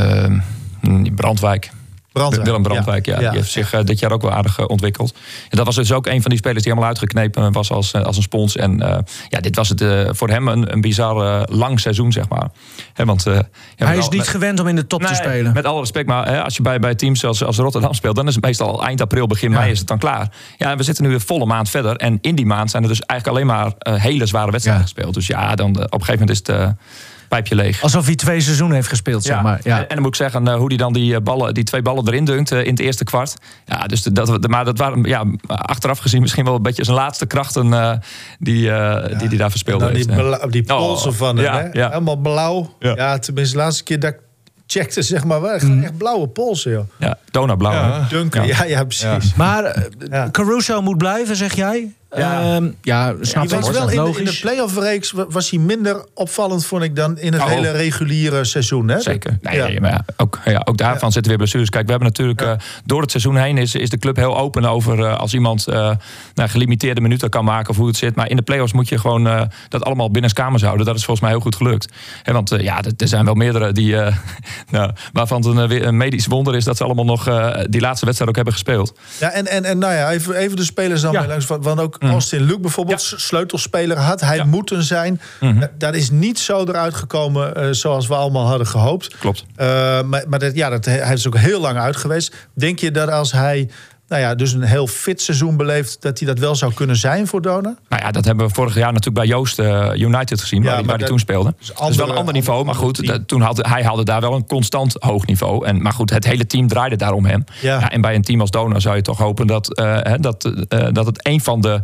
Brandwijk. Willem Brandwijk, die heeft zich dit jaar ook wel aardig ontwikkeld. En dat was dus ook een van die spelers die helemaal uitgeknepen was als een spons. En dit was het voor hem een bizar lang seizoen, zeg maar. Want, hij is niet gewend om in de top te spelen. Met alle respect, maar als je bij teams als Rotterdam speelt, dan is het meestal eind april, begin mei is het dan klaar. Ja, en we zitten nu een volle maand verder. En in die maand zijn er dus eigenlijk alleen maar hele zware wedstrijden gespeeld. Dus dan op een gegeven moment is het... pijpje leeg. Alsof hij 2 seizoenen heeft gespeeld, zeg maar. Ja. En dan moet ik zeggen, hoe hij dan die 2 ballen erin dunkt in het eerste kwart. Ja, dus maar dat waren achteraf gezien misschien wel een beetje zijn laatste krachten die daar verspeeld heeft. Die polsen van hem, hè? Helemaal blauw. Ja, tenminste, de laatste keer dat ik checkte, zeg maar, wel echt blauwe polsen, joh. Ja, Donar blauw. Dunker, ja, precies. Maar Caruso moet blijven, zeg jij? Snap Hij was ik. wel in Logisch. de playoff-reeks was hij minder opvallend, vond ik, dan in het hele reguliere seizoen. Hè? Zeker. Maar ook daarvan zitten weer blessures. Kijk, we hebben natuurlijk door het seizoen heen is de club heel open over als iemand gelimiteerde minuten kan maken of hoe het zit. Maar in de play-offs moet je gewoon dat allemaal binnenskamers houden. Dat is volgens mij heel goed gelukt. Want er zijn wel meerdere die waarvan het een medisch wonder is dat ze allemaal nog die laatste wedstrijd ook hebben gespeeld. Ja, en even de spelers dan weer langs. Want ook Austin Luke bijvoorbeeld, sleutelspeler, had hij moeten zijn. Dat is niet zo eruit gekomen zoals we allemaal hadden gehoopt. Klopt. Maar hij is ook heel lang uit geweest. Denk je dat als hij dus een heel fit seizoen beleeft, dat hij dat wel zou kunnen zijn voor Donar? Nou ja, dat hebben we vorig jaar natuurlijk bij Joost United gezien, waar hij toen speelde. Dat is wel een ander niveau, maar goed, hij haalde daar wel een constant hoog niveau. Maar goed, het hele team draaide daar om hem. Ja, en bij een team als Donar zou je toch hopen dat het een van de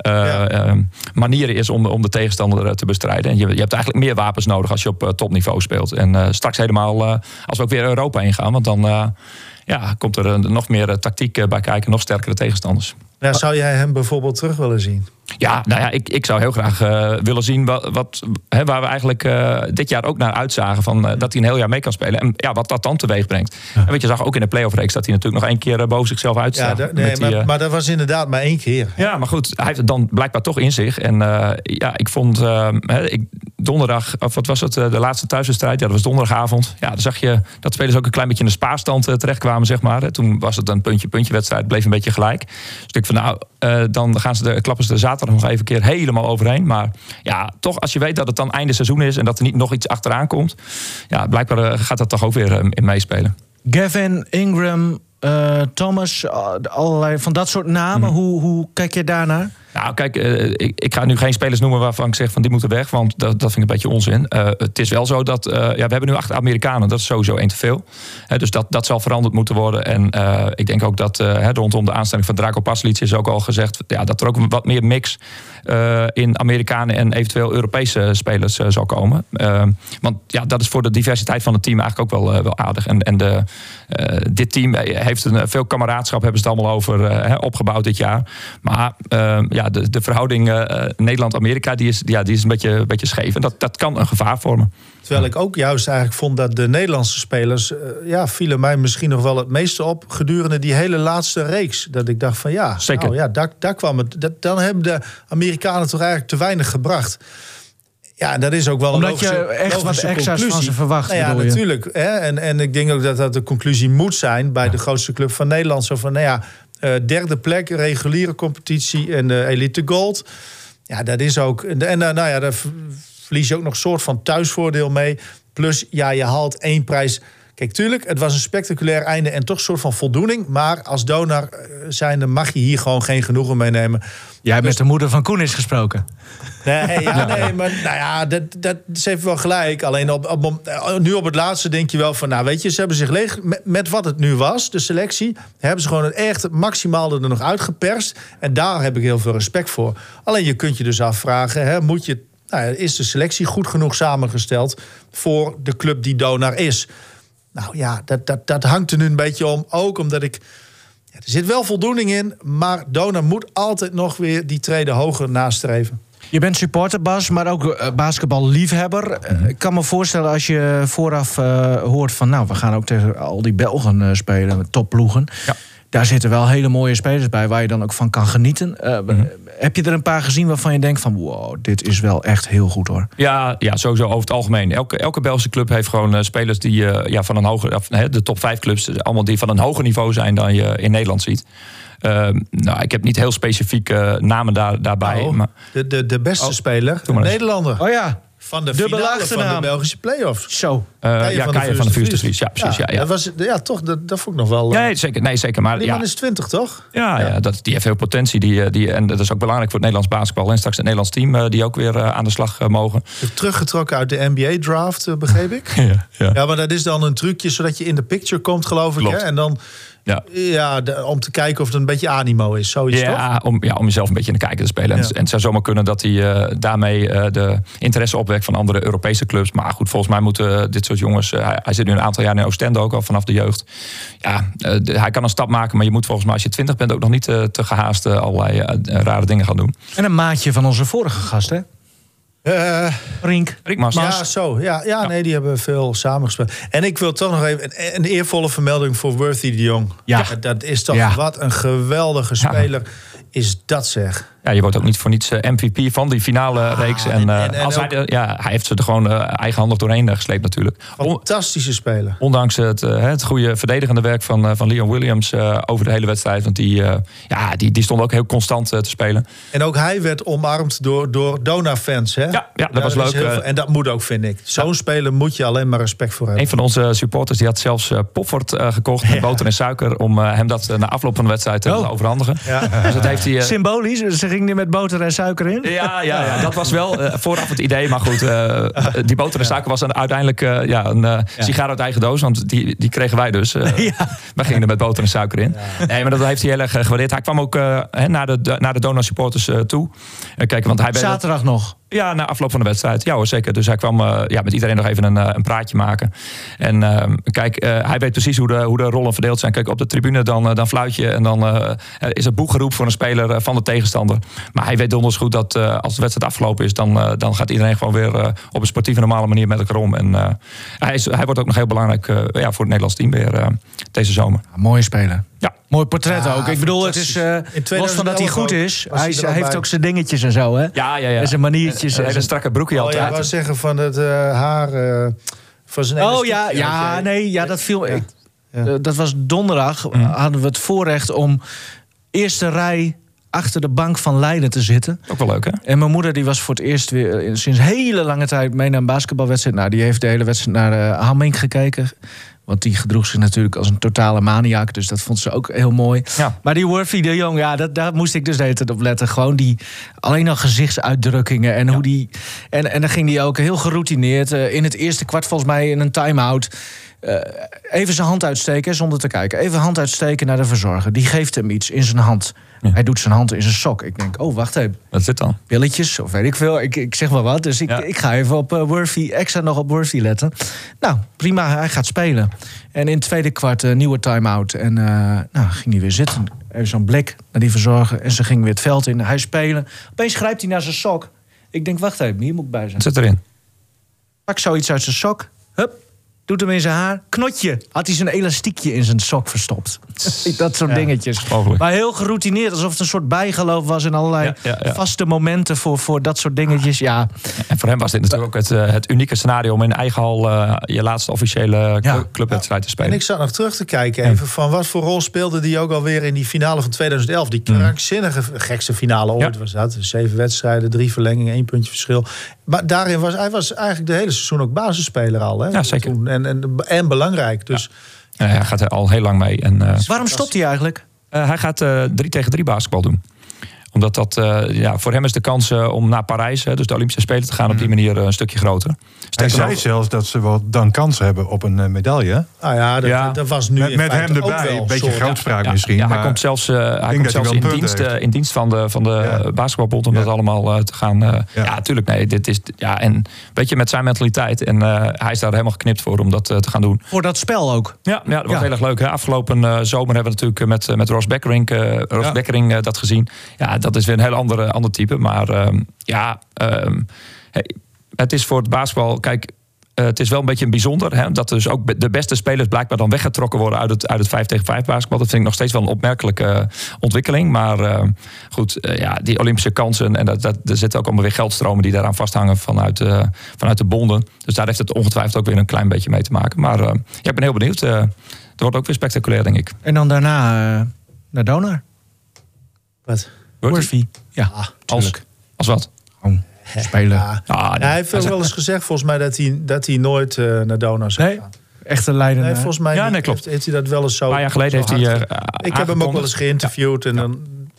manieren is om de tegenstander te bestrijden. En je hebt eigenlijk meer wapens nodig als je op topniveau speelt. En straks helemaal als we ook weer Europa ingaan, want dan komt er nog meer tactiek bij kijken, nog sterkere tegenstanders. Ja, zou jij hem bijvoorbeeld terug willen zien? Ja, ik zou heel graag willen zien waar we eigenlijk dit jaar ook naar uitzagen, van dat hij een heel jaar mee kan spelen. En wat dat dan teweeg brengt. Ja. En je zag ook in de play-off-reeks dat hij natuurlijk nog 1 keer boven zichzelf uitstaat. Maar dat was inderdaad maar 1 keer. Ja, maar goed, hij heeft het dan blijkbaar toch in zich. En ik vond donderdag, of wat was het, de laatste thuiswedstrijd, dat was donderdagavond. Ja, dan zag je dat spelers ook een klein beetje in de spaarstand terechtkwamen, zeg maar. Toen was het een puntje wedstrijd, bleef een beetje gelijk. Dus ik van dan klappen ze de zaterdag nog even een keer helemaal overheen. Maar ja, toch als je weet dat het dan einde seizoen is en dat er niet nog iets achteraan komt, ja, blijkbaar gaat dat toch ook weer in meespelen. Gavin, Ingram, Thomas, allerlei van dat soort namen. Hoe kijk je daarnaar? Nou, kijk, ik ga nu geen spelers noemen waarvan ik zeg van die moeten weg, want dat vind ik een beetje onzin. Het is wel zo dat we hebben nu 8 Amerikanen, dat is sowieso 1 te veel. Dus dat zal veranderd moeten worden. En ik denk ook dat rondom de aanstelling van Drago Paslic is ook al gezegd dat er ook wat meer mix in Amerikanen en eventueel Europese spelers zal komen. Want dat is voor de diversiteit van het team eigenlijk ook wel aardig. En dit team heeft veel kameraadschap, hebben ze het allemaal over opgebouwd dit jaar. Maar de verhouding Nederland-Amerika die is een beetje scheef. En dat kan een gevaar vormen. Terwijl ik ook juist eigenlijk vond dat de Nederlandse spelers vielen mij misschien nog wel het meeste op gedurende die hele laatste reeks. Dat ik dacht van zeker. Daar kwam het. Dan hebben de Amerikanen toch eigenlijk te weinig gebracht. Ja, en dat is ook wel omdat je echt wat extra's van ze verwacht. Ja, natuurlijk. En ik denk ook dat de conclusie moet zijn bij de grootste club van Nederland. Zo van, derde plek, reguliere competitie en de Elite Gold. Ja, dat is ook. En daar verlies je ook nog een soort van thuisvoordeel mee. Plus, je haalt 1 prijs. Kijk, tuurlijk, het was een spectaculair einde en toch een soort van voldoening. Maar als Donar zijnde mag je hier gewoon geen genoegen mee nemen. Jij hebt met de moeder van Koen is gesproken. Maar dat is even wel gelijk. Alleen nu op het laatste denk je wel van, weet je, ze hebben zich leeg met wat het nu was, de selectie, hebben ze gewoon het maximale er nog uitgeperst. En daar heb ik heel veel respect voor. Alleen je kunt je dus afvragen, is de selectie goed genoeg samengesteld voor de club die Donar is? Nou ja, dat hangt er nu een beetje om. Ook omdat er zit wel voldoening in, maar Donar moet altijd nog weer die trede hoger nastreven. Je bent supporter, Bas, maar ook basketballiefhebber. Ik kan me voorstellen als je vooraf hoort van, we gaan ook tegen al die Belgen spelen met topploegen. Ja. Daar zitten wel hele mooie spelers bij waar je dan ook van kan genieten. Heb je er een paar gezien waarvan je denkt van, wow, dit is wel echt heel goed hoor? Ja, sowieso over het algemeen. Elke Belgische club heeft gewoon spelers die van een hoger, de top 5 clubs, allemaal die van een hoger niveau zijn dan je in Nederland ziet. Ik heb niet heel specifieke namen daarbij. Maar de beste speler, de Nederlander. Oh ja. Van de finale van de Belgische play-offs. Zo. Kaya van de Vuurs de Vries. Ja, precies. Dat was, dat vond ik nog wel. Nee, zeker. Maar die man is 20, toch? Ja. Die heeft veel potentie. En dat is ook belangrijk voor het Nederlands basketbal. En straks het Nederlands team die ook weer aan de slag mogen. Teruggetrokken uit de NBA-draft, begreep ik. Ja, maar dat is dan een trucje zodat je in de picture komt, geloof ik. Hè? En dan Ja, om te kijken of het een beetje animo is. Zoiets toch? Om jezelf een beetje in de kijker te spelen. En het zou zomaar kunnen dat hij daarmee de interesse opwekt van andere Europese clubs. Maar goed, volgens mij moeten dit soort jongens... hij zit nu een aantal jaar in Oostende ook al vanaf de jeugd. Ja, hij kan een stap maken, maar je moet volgens mij als je 20 bent ook nog niet te gehaast allerlei rare dingen gaan doen. En een maatje van onze vorige gast, hè? Rink Mas. Ja, zo. Ja, nee, die hebben veel samengespeeld. En ik wil toch nog even een eervolle vermelding voor Worthy de Jong. Ja. Dat is toch wat een geweldige speler is dat, zeg. Ja, je wordt ook niet voor niets MVP van die finale reeks. En hij heeft ze er gewoon eigenhandig doorheen gesleept natuurlijk. Fantastische speler. Ondanks het goede verdedigende werk van Leon Williams over de hele wedstrijd. Want die stond ook heel constant te spelen. En ook hij werd omarmd door Dona-fans. Hè? Ja, dat was leuk. En dat moet ook, vind ik. Zo'n speler moet je alleen maar respect voor hebben. Een van onze supporters die had zelfs Poffert gekocht met boter en suiker. Om hem dat na afloop van de wedstrijd te overhandigen. Ja. Dus dat heeft hij... Symbolisch, ze ging er met boter en suiker in. Ja, dat was wel vooraf het idee. Maar goed, die boter en suiker was dan uiteindelijk een sigaar uit eigen doos. Want die kregen wij dus. Wij gingen er met boter en suiker in. Ja. Nee, maar dat heeft hij heel erg gewaardeerd. Hij kwam ook naar de Dona supporters toe. Kijken, want hij zaterdag nog? Ja, na afloop van de wedstrijd. Ja hoor, zeker. Dus hij kwam met iedereen nog even een praatje maken. En hij weet precies hoe de rollen verdeeld zijn. Kijk, op de tribune dan fluit je en dan is het boegeroep voor een speler van de tegenstander. Maar hij weet donders goed dat als de wedstrijd afgelopen is, dan gaat iedereen gewoon weer op een sportieve normale manier met elkaar om. En hij wordt ook nog heel belangrijk voor het Nederlands team weer deze zomer. Mooie speler. Ja. Mooi portret ook. Ik bedoel, het is los van dat hij goed is. Hij heeft ook zijn dingetjes en zo, hè? Ja. En zijn maniertjes. En zijn strakke broekje altijd. Ik wou zeggen van het haar van zijn dat viel... Dat was donderdag. Hadden we het voorrecht om eerste rij achter de bank van Leiden te zitten. Ook wel leuk, hè? En mijn moeder die was voor het eerst weer sinds hele lange tijd mee naar een basketbalwedstrijd. Nou, die heeft de hele wedstrijd naar Hamming gekeken. Want die gedroeg zich natuurlijk als een totale maniak. Dus dat vond ze ook heel mooi. Ja. Maar die Worthy de Jong, daar moest ik dus de hele tijd op letten. Gewoon alleen al gezichtsuitdrukkingen. En hoe die. En dan ging die ook heel geroutineerd. In het eerste kwart volgens mij in een time-out. Even zijn hand uitsteken zonder te kijken. Even hand uitsteken naar de verzorger. Die geeft hem iets in zijn hand. Ja. Hij doet zijn hand in zijn sok. Ik denk, wacht even. Wat is dit dan? Pilletjes, of weet ik veel. Ik zeg maar wat. Dus ik ga even op Worthy, extra nog op Worthy letten. Nou, prima, hij gaat spelen. En in het tweede kwart nieuwe time-out. En ging hij weer zitten. Even zo'n blik naar die verzorger. En ze ging weer het veld in. Hij spelen. Opeens grijpt hij naar zijn sok. Ik denk, wacht even, hier moet ik bij zijn. Wat zit erin? Pak zoiets uit zijn sok. Hup. Doet hem in zijn haar. Knotje. Had hij zijn elastiekje in zijn sok verstopt. Dat soort dingetjes. Mogelijk. Maar heel geroutineerd. Alsof het een soort bijgeloof was in allerlei vaste momenten voor dat soort dingetjes. Ja. En voor hem was dit natuurlijk ook het unieke scenario om in eigen hal je laatste officiële clubwedstrijd te spelen. En ik zat nog terug te kijken even van wat voor rol speelde die ook alweer in die finale van 2011. Die krankzinnige, gekste finale ooit was dat. 7 wedstrijden, 3 verlengingen, 1 puntje verschil. Maar daarin was hij eigenlijk de hele seizoen ook basisspeler al. Hè? Ja, zeker. En belangrijk. Dus hij gaat er al heel lang mee. En, waarom stopt hij eigenlijk? Hij gaat 3-tegen-3 basketbal doen. Omdat dat voor hem is de kans om naar Parijs, dus de Olympische Spelen, te gaan op die manier een stukje groter. Hij zei zelfs dat ze wel dan kans hebben op een medaille. Dat was nu met hem erbij, een beetje grootspraak misschien. Ja, maar hij komt zelfs in dienst van de basketbalbond om dat allemaal te gaan. Natuurlijk, nee, dit is en weet je, met zijn mentaliteit en hij is daar helemaal geknipt voor om dat te gaan doen. Voor dat spel ook. Ja, dat was heel erg leuk. Hè? Afgelopen zomer hebben we natuurlijk met Ross Beckering dat gezien. Ja, dat is weer een heel ander type. Maar het is voor het basketbal... Kijk, het is wel een beetje bijzonder. Hè, dat dus ook de beste spelers blijkbaar dan weggetrokken worden uit het 5-tegen-5 basketbal. Dat vind ik nog steeds wel een opmerkelijke ontwikkeling. Maar die Olympische kansen... en er zitten ook allemaal weer geldstromen die daaraan vasthangen vanuit de bonden. Dus daar heeft het ongetwijfeld ook weer een klein beetje mee te maken. Maar ik ben heel benieuwd. Het wordt ook weer spectaculair, denk ik. En dan daarna naar Donar. Wat? Worthy. Ja, als wat? Gewoon spelen. Hij heeft wel eens gezegd volgens mij dat hij nooit naar Donar zou gaan. Echte Leiden. Volgens mij klopt. Heeft hij dat wel eens zo. Een paar jaar geleden heeft hij ik heb hem ook wel eens geïnterviewd en dan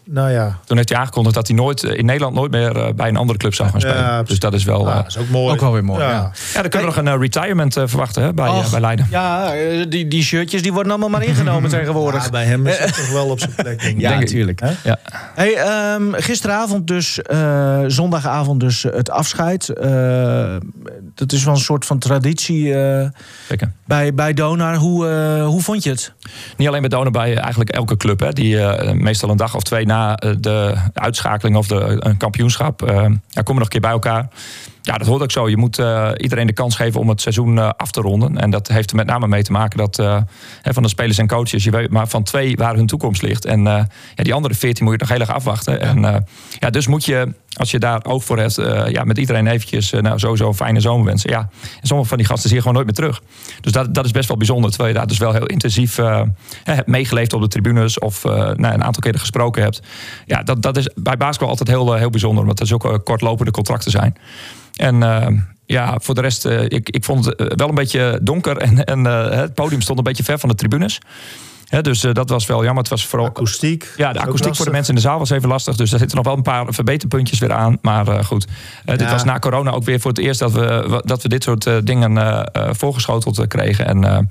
Nou ja. Toen heeft hij aangekondigd dat hij in Nederland nooit meer bij een andere club zou gaan spelen. Ja, dus dat is wel... dat is ook mooi. Ook wel weer mooi, Ja. Ja, dan kunnen we nog een retirement verwachten hè, bij Leiden. Ja, die shirtjes die worden allemaal maar ingenomen tegenwoordig. Ja, bij hem is het toch wel op zijn plek, denk ik. Ja, natuurlijk. Ja. Hey, gisteravond dus, zondagavond dus het afscheid. Dat is wel een soort van traditie bij Donar. Hoe vond je het? Niet alleen bij Donar, bij eigenlijk elke club. Hè, die meestal een dag of 2 na de uitschakeling of een kampioenschap... komen nog een keer bij elkaar. Ja, dat hoort ook zo. Je moet iedereen de kans geven om het seizoen af te ronden. En dat heeft er met name mee te maken dat van de spelers en coaches... je weet maar van 2 waar hun toekomst ligt. En die andere 14 moet je nog heel erg afwachten. En dus moet je, als je daar oog voor hebt... met iedereen eventjes sowieso een fijne zomer wensen. Ja, en sommige van die gasten zie je gewoon nooit meer terug. Dus dat is best wel bijzonder. Terwijl je daar dus wel heel intensief hebt meegeleefd op de tribunes... of een aantal keren gesproken hebt. Ja, dat is bij basketbal altijd heel bijzonder. Omdat er zulke kortlopende contracten zijn. En voor de rest, ik vond het wel een beetje donker. En het podium stond een beetje ver van de tribunes. Dus dat was wel jammer. Het was vooral akoestiek. Ja, de akoestiek voor de mensen in de zaal was even lastig. Dus daar zitten nog wel een paar verbeterpuntjes weer aan. Maar goed, dit was na corona ook weer voor het eerst... dat we dit soort dingen voorgeschoteld kregen. En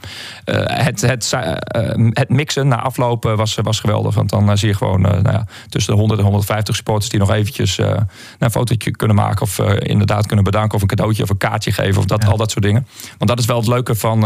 het mixen na afloop was geweldig. Want dan zie je gewoon tussen de 100 en 150 supporters... die nog eventjes een fotootje kunnen maken... of inderdaad kunnen bedanken of een cadeautje of een kaartje geven... of al dat soort dingen. Want dat is wel het leuke van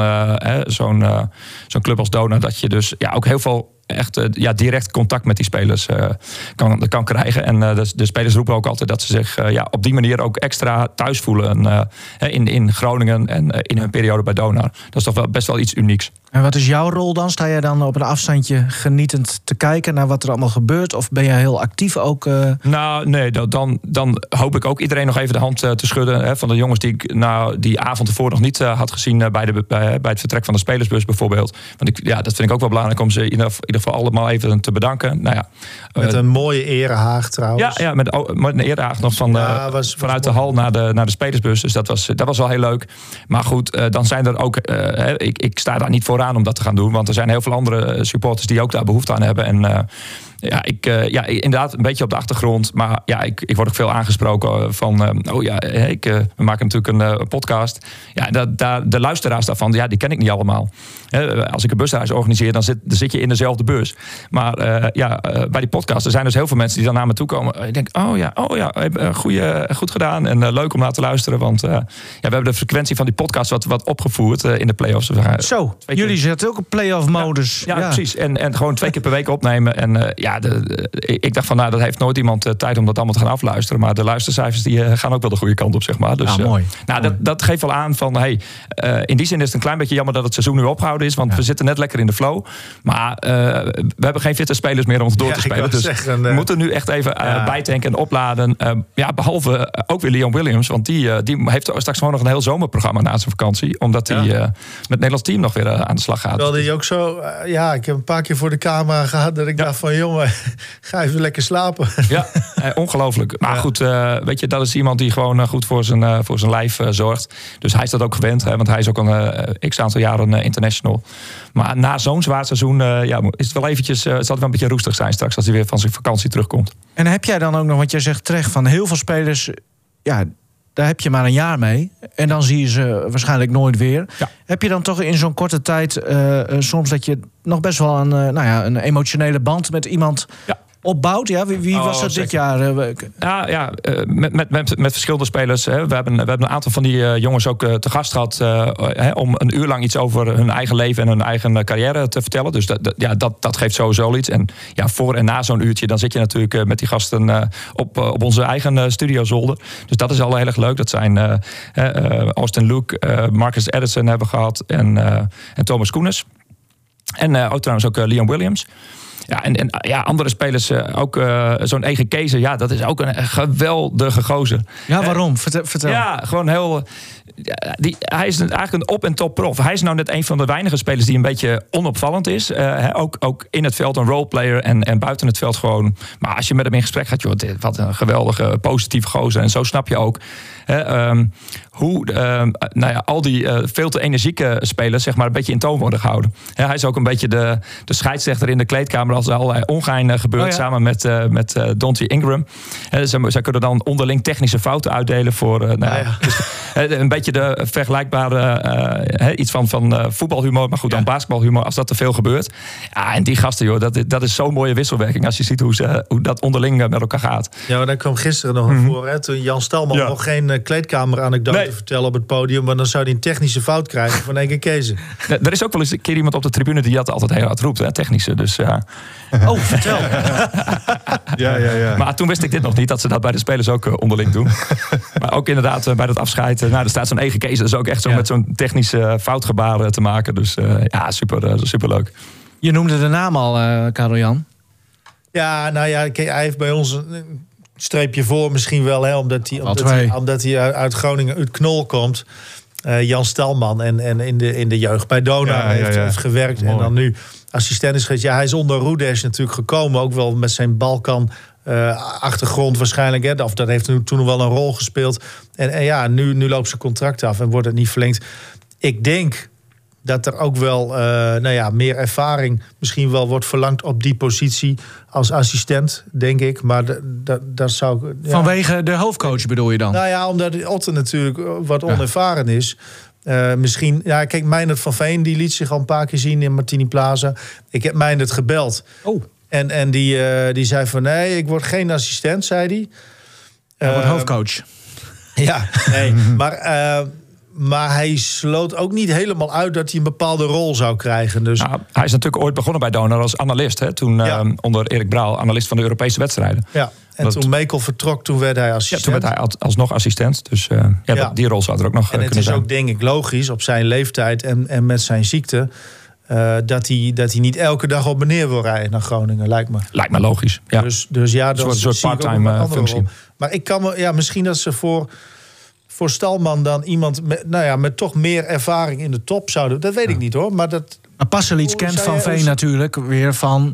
zo'n club als Donar... dat je dus ook heel veel echt direct contact met die spelers kan krijgen. En de spelers roepen ook altijd dat ze zich op die manier ook extra thuis voelen in Groningen en in hun periode bij Donar. Dat is toch wel best wel iets unieks. En wat is jouw rol dan? Sta jij dan op een afstandje genietend te kijken naar wat er allemaal gebeurt? Of ben jij heel actief ook? Nou, nee, dan hoop ik ook iedereen nog even de hand te schudden. Van de jongens die ik die avond ervoor nog niet had gezien bij het vertrek van de spelersbus bijvoorbeeld. Want dat vind ik ook wel belangrijk om ze in ieder geval allemaal even te bedanken. Met een mooie erehaag trouwens. Ja, met een erehaag nog vanuit de hal naar de spelersbus. Dus dat was wel heel leuk. Maar goed, dan zijn er ook... ik sta daar niet vooraan om dat te gaan doen. Want er zijn heel veel andere supporters die ook daar behoefte aan hebben. En inderdaad een beetje op de achtergrond. Maar ik word ook veel aangesproken van... we maken natuurlijk een podcast. Ja, de luisteraars daarvan, die ken ik niet allemaal. Als ik een busreis organiseer, dan zit je in dezelfde bus. Maar bij die podcast, er zijn dus heel veel mensen die dan naar me toe komen. Ik denk, goed gedaan en leuk om naar te luisteren. Want we hebben de frequentie van die podcast wat opgevoerd in de play-offs. Zo, jullie zetten ook een play-off modus. Ja, precies. En gewoon 2 keer per week opnemen. En ik dacht van, dat heeft nooit iemand tijd om dat allemaal te gaan afluisteren. Maar de luistercijfers die gaan ook wel de goede kant op, zeg maar. Dus, mooi. Dat geeft wel aan van, in die zin is het een klein beetje jammer dat het seizoen nu opgehouden is. Want we zitten net lekker in de flow. Maar we hebben geen fitte spelers meer om door te spelen. Dus we moeten nu echt even bijtanken en opladen. Behalve ook weer Leon Williams. Want die heeft straks gewoon nog een heel zomerprogramma na zijn vakantie. Omdat hij met het Nederlands team nog weer aan de slag gaat. Wel die ook zo... ik heb een paar keer voor de camera gehad dat ik dacht van... jongen, ga even lekker slapen. Ja, ongelooflijk. Maar goed, weet je, dat is iemand die gewoon goed voor zijn lijf zorgt. Dus hij is dat ook gewend. Want hij is ook een x-aantal jaren international. Maar na zo'n zwaar seizoen is het wel eventjes... zal het wel een beetje roestig zijn straks als hij weer van zijn vakantie terugkomt. En heb jij dan ook nog, want jij zegt terecht van heel veel spelers... daar heb je maar een jaar mee. En dan zie je ze waarschijnlijk nooit weer. Ja. Heb je dan toch in zo'n korte tijd... soms dat je nog best wel een emotionele band met iemand... opbouwt? Ja, wie was dat dit jaar? Met verschillende spelers. We hebben een aantal van die jongens ook te gast gehad... om een uur lang iets over hun eigen leven en hun eigen carrière te vertellen. Dus dat geeft sowieso iets. En voor en na zo'n uurtje, dan zit je natuurlijk met die gasten op onze eigen studiozolder. Dus dat is al heel erg leuk. Dat zijn Austin Luke, Marcus Edison hebben we gehad en Thomas Koenis. En trouwens ook Leon Williams. Ja, en andere spelers, ook zo'n Ege Kezer, dat is ook een geweldige gozer. Ja, waarom? Vertel. Ja, gewoon heel... hij is eigenlijk een op- en top prof. Hij is nou net een van de weinige spelers die een beetje onopvallend is. Ook in het veld een roleplayer en buiten het veld gewoon. Maar als je met hem in gesprek gaat, joh, wat een geweldige, positieve gozer. En zo snap je ook hoe al die veel te energieke spelers zeg maar een beetje in toon worden gehouden. Hij is ook een beetje de scheidsrechter in de kleedkamer als er allerlei ongein gebeurt samen met Dante Ingram. Zij kunnen dan onderling technische fouten uitdelen voor dus, een beetje de vergelijkbare iets van voetbalhumor, maar goed, dan basketbalhumor als dat te veel gebeurt. Ja, en die gasten, joh, dat is zo'n mooie wisselwerking als je ziet hoe dat onderling met elkaar gaat. Ja, maar daar kwam gisteren nog naar voren. Hè, toen Jan Stalman nog geen kleedkamer-anekdote vertellen op het podium, maar dan zou hij een technische fout krijgen van Ege Kees. Er is ook wel eens een keer iemand op de tribune die dat altijd heel hard roept, hè, technische. Dus, Oh, vertel. Ja. Maar toen wist ik dit nog niet, dat ze dat bij de spelers ook onderling doen. Maar ook inderdaad bij dat afscheid. Er staat zo'n Ege Kees, dat is ook echt zo met zo'n technische foutgebaar te maken. Dus super leuk. Je noemde de naam al, Karel-Jan. Ja, nou ja, kijk, hij heeft bij ons een streepje voor misschien wel, hè, omdat hij uit Groningen, uit Knol komt. Jan Stalman en in de jeugd bij Donar heeft gewerkt. Mooi. En dan nu assistent is geweest. Ja, hij is onder Roedes natuurlijk gekomen, ook wel met zijn Balkan achtergrond waarschijnlijk. Hè, of dat heeft toen nog wel een rol gespeeld. En nu loopt zijn contract af en wordt het niet verlengd. Ik denk dat er ook wel meer ervaring misschien wel wordt verlangd op die positie als assistent, denk ik. Maar dat zou... Ja. Vanwege de hoofdcoach bedoel je dan? Nou ja, omdat Otte natuurlijk wat onervaren is. Misschien, kijk, Meijnerd van Veen, die liet zich al een paar keer zien in Martini Plaza. Ik heb Meijnerd gebeld. Oh. En die zei van, nee, ik word geen assistent, zei hij. Hij wordt hoofdcoach. Ja, nee, maar hij sloot ook niet helemaal uit dat hij een bepaalde rol zou krijgen. Dus... Nou, hij is natuurlijk ooit begonnen bij Donar als analist. Hè? Toen onder Erik Braal, analist van de Europese wedstrijden. Ja, en toen Mekel vertrok, toen werd hij assistent. Ja, toen werd hij alsnog assistent. Dus die rol zou er ook nog kunnen zijn. En het is ook, denk ik, logisch op zijn leeftijd en met zijn ziekte... dat hij niet elke dag op en neer wil rijden naar Groningen, lijkt me. Lijkt me logisch, ja. Dus ja, dat is een soort part-time functie. Maar ik kan me, misschien dat ze voor Stalman dan iemand met toch meer ervaring in de top zouden... Dat weet ik niet, hoor. Maar Pasalic kent Van Veen natuurlijk weer van...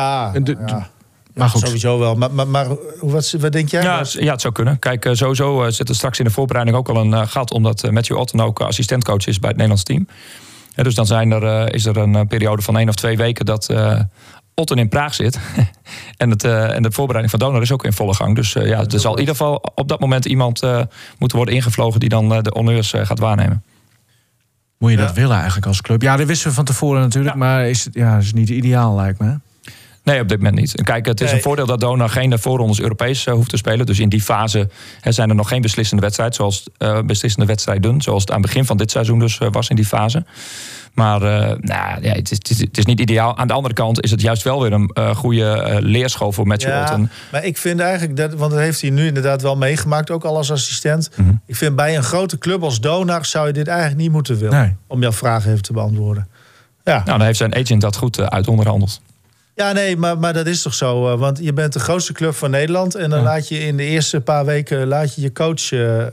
Maar goed. Sowieso wel. Maar wat denk jij? Ja, het zou kunnen. Kijk, sowieso zit er straks in de voorbereiding ook al een gat... omdat Matthew Otten ook assistentcoach is bij het Nederlands team. Ja, dus dan is er een periode van 1 of 2 weken... dat Otten in Praag zit. en de voorbereiding van Donar is ook in volle gang. Dus er zal in ieder geval op dat moment iemand moeten worden ingevlogen... die dan de honneurs gaat waarnemen. Moet je dat willen eigenlijk als club? Ja, dat wisten we van tevoren natuurlijk. Ja. Maar is niet ideaal, lijkt me. Nee, op dit moment niet. Kijk, het is een voordeel dat Donar geen voorrondes Europees hoeft te spelen. Dus in die fase zijn er nog geen beslissende wedstrijden... zoals het aan het begin van dit seizoen dus was in die fase. Maar het is niet ideaal. Aan de andere kant is het juist wel weer een goede leerschool voor Matthew Otten. Maar ik vind eigenlijk, want dat heeft hij nu inderdaad wel meegemaakt... ook al als assistent. Mm-hmm. Ik vind bij een grote club als Donar... zou je dit eigenlijk niet moeten willen. Nee. Om jouw vragen even te beantwoorden. Ja. Nou, dan heeft zijn agent dat goed uit onderhandeld. Ja, nee, maar dat is toch zo. Want je bent de grootste club van Nederland... en dan laat je in de eerste paar weken je coach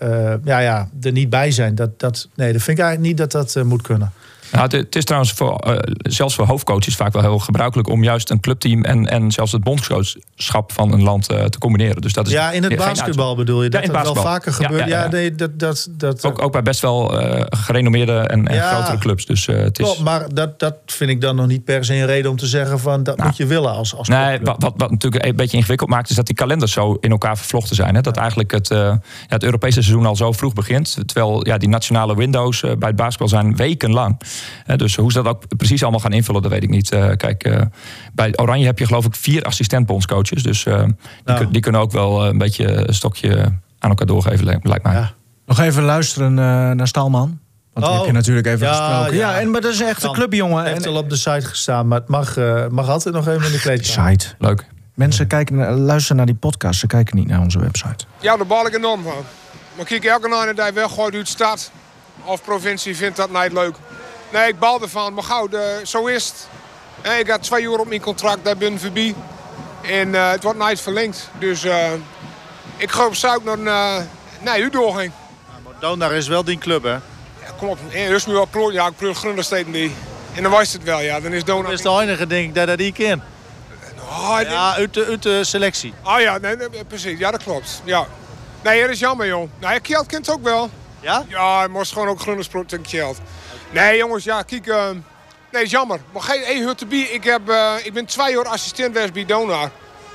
er niet bij zijn. Dat vind ik eigenlijk niet dat moet kunnen. Nou, het is trouwens zelfs voor hoofdcoaches vaak wel heel gebruikelijk... om juist een clubteam en zelfs het bondscoachschap van een land te combineren. Dus dat is in het basketbal bedoel je? Dat wel vaker gebeurt? Ja. Nee, dat ook bij best wel gerenommeerde en grotere clubs. Dus, het is... Maar dat vind ik dan nog niet per se een reden om te zeggen... van dat moet je willen als nee, wat natuurlijk een beetje ingewikkeld maakt... is dat die kalenders zo in elkaar vervlochten zijn. Hè? Dat eigenlijk het Europese seizoen al zo vroeg begint. Terwijl die nationale windows bij het basketbal zijn wekenlang... Dus hoe ze dat ook precies allemaal gaan invullen, dat weet ik niet. Bij Oranje heb je geloof ik 4 assistent-bondscoaches. Dus die kunnen ook wel een beetje een stokje aan elkaar doorgeven, lijkt mij. Ja. Nog even luisteren naar Stalman. Want die heb je natuurlijk even gesproken. Ja, maar dat is echt een clubjongen. Hij heeft al op de site gestaan, maar het mag altijd nog even in de kleedkamer. Site. Leuk. Mensen luisteren naar die podcast, ze kijken niet naar onze website. Ja, daar baal ik enorm van. Maar kijk, elke nacht dat hij weggooit uit stad of provincie vindt dat niet leuk. Nee, ik baal ervan, maar gauw, zo is het. Ik had 2 uur op mijn contract, daar ben ik voorbij. En het wordt niet verlengd. Dus ik hoop zo ook nog naar u doorgaan. Donar is wel die club, hè? Ja, kom op. Eerst nu wel pro. Ja, ik probeer Grundersteden die. En dan was het wel, ja. Dan is Donar... Dat is de enige, denk ik, dat die kent. Ja, uit de selectie. Ah ja, nee, precies. Ja, dat klopt. Ja. Nee, dat is jammer, joh. Nou, Kjeld kent het ook wel. Ja? Ja, hij moest gewoon ook Grundersproot tegen Kjeld. Nee, jongens, ja, kijk... nee, dat is jammer. Maar geen Huttebie. Ik ben 2 jaar assistent geweest bij Donar.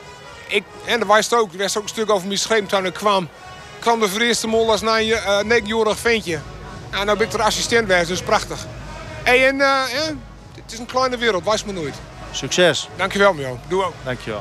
En daar was het ook. Er was ook een stuk over mij geschreven toen ik kwam. Kwam de voor eerste mol als een 9-jarig ventje. Nou, nou ben ik er assistent geweest, dus prachtig. Hey, en het is een kleine wereld, wijs me nooit. Succes. Dankjewel, Mio. Doe ook. Dankjewel.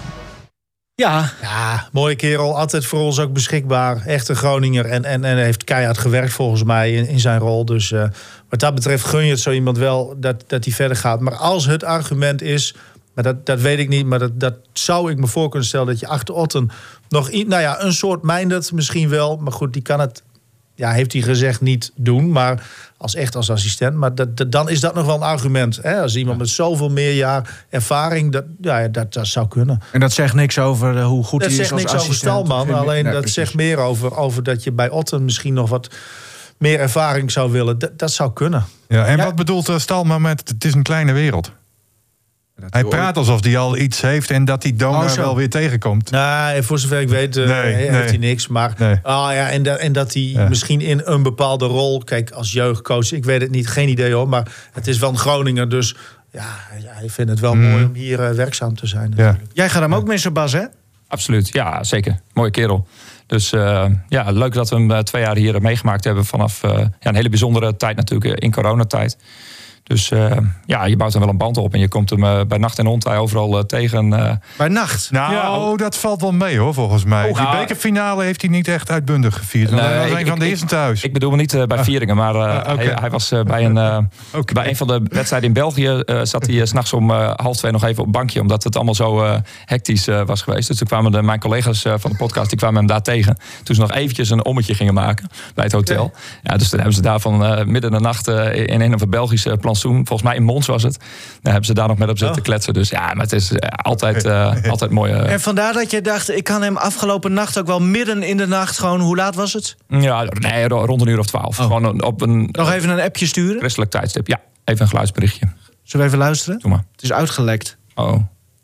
Ja. Ja, mooie kerel. Altijd voor ons ook beschikbaar. Echt een Groninger. En heeft keihard gewerkt volgens mij in zijn rol. Dus wat dat betreft gun je het zo iemand wel dat hij verder gaat. Maar als het argument is... Maar dat weet ik niet, maar dat zou ik me voor kunnen stellen... dat je achter Otten nog een soort minded misschien wel. Maar goed, die kan het, heeft hij gezegd, niet doen. Maar als assistent. Maar dan is dat nog wel een argument. Hè? Als iemand met zoveel meer jaar ervaring, dat zou kunnen. En dat zegt niks over hoe goed hij is als assistent. Dat zegt niks over Stalman. Alleen dat zegt meer over dat je bij Otten misschien nog wat meer ervaring zou willen. Dat zou kunnen. Ja, en wat bedoelt Stalman met het is een kleine wereld? Hij praat alsof hij al iets heeft en dat die Donar wel weer tegenkomt. Nee, voor zover ik weet heeft hij niks. Maar en dat hij misschien in een bepaalde rol... Kijk, als jeugdcoach, ik weet het niet, geen idee hoor. Maar het is wel een Groninger, dus ik vind het wel mooi om hier werkzaam te zijn. Ja. Jij gaat hem ook missen, Bas, hè? Absoluut, ja, zeker. Mooie kerel. Dus leuk dat we hem 2 jaar hier meegemaakt hebben... vanaf een hele bijzondere tijd natuurlijk, in coronatijd. Dus je bouwt dan wel een band op en je komt hem bij nacht en ontij overal tegen. Bij nacht? Nou, dat valt wel mee hoor, volgens mij. Die bekerfinale heeft hij niet echt uitbundig gevierd. Hij was een van de eerste thuis. Ik bedoel niet bij vieringen, maar hij was bij een van de wedstrijden in België... zat hij 's nachts om 1:30 nog even op het bankje... omdat het allemaal zo hectisch was geweest. Dus toen kwamen mijn collega's van de podcast die kwamen hem daar tegen. Toen ze nog eventjes een ommetje gingen maken bij het hotel. Okay. Ja, dus toen hebben ze daar van midden in de nacht... in een of de Belgische plantsoen, volgens mij in Mons was het... dan hebben ze daar nog met op zitten kletsen. Dus ja, maar het is altijd mooi. En vandaar dat je dacht, ik kan hem afgelopen nacht ook wel midden in de nacht gewoon... Hoe laat was het? Ja, nee, rond 1:00 of 12. Gewoon op een... Nog even een appje sturen? Christelijk tijdstip, ja. Even een geluidsberichtje. Zullen we even luisteren? Doe maar. Het is uitgelekt. Oh.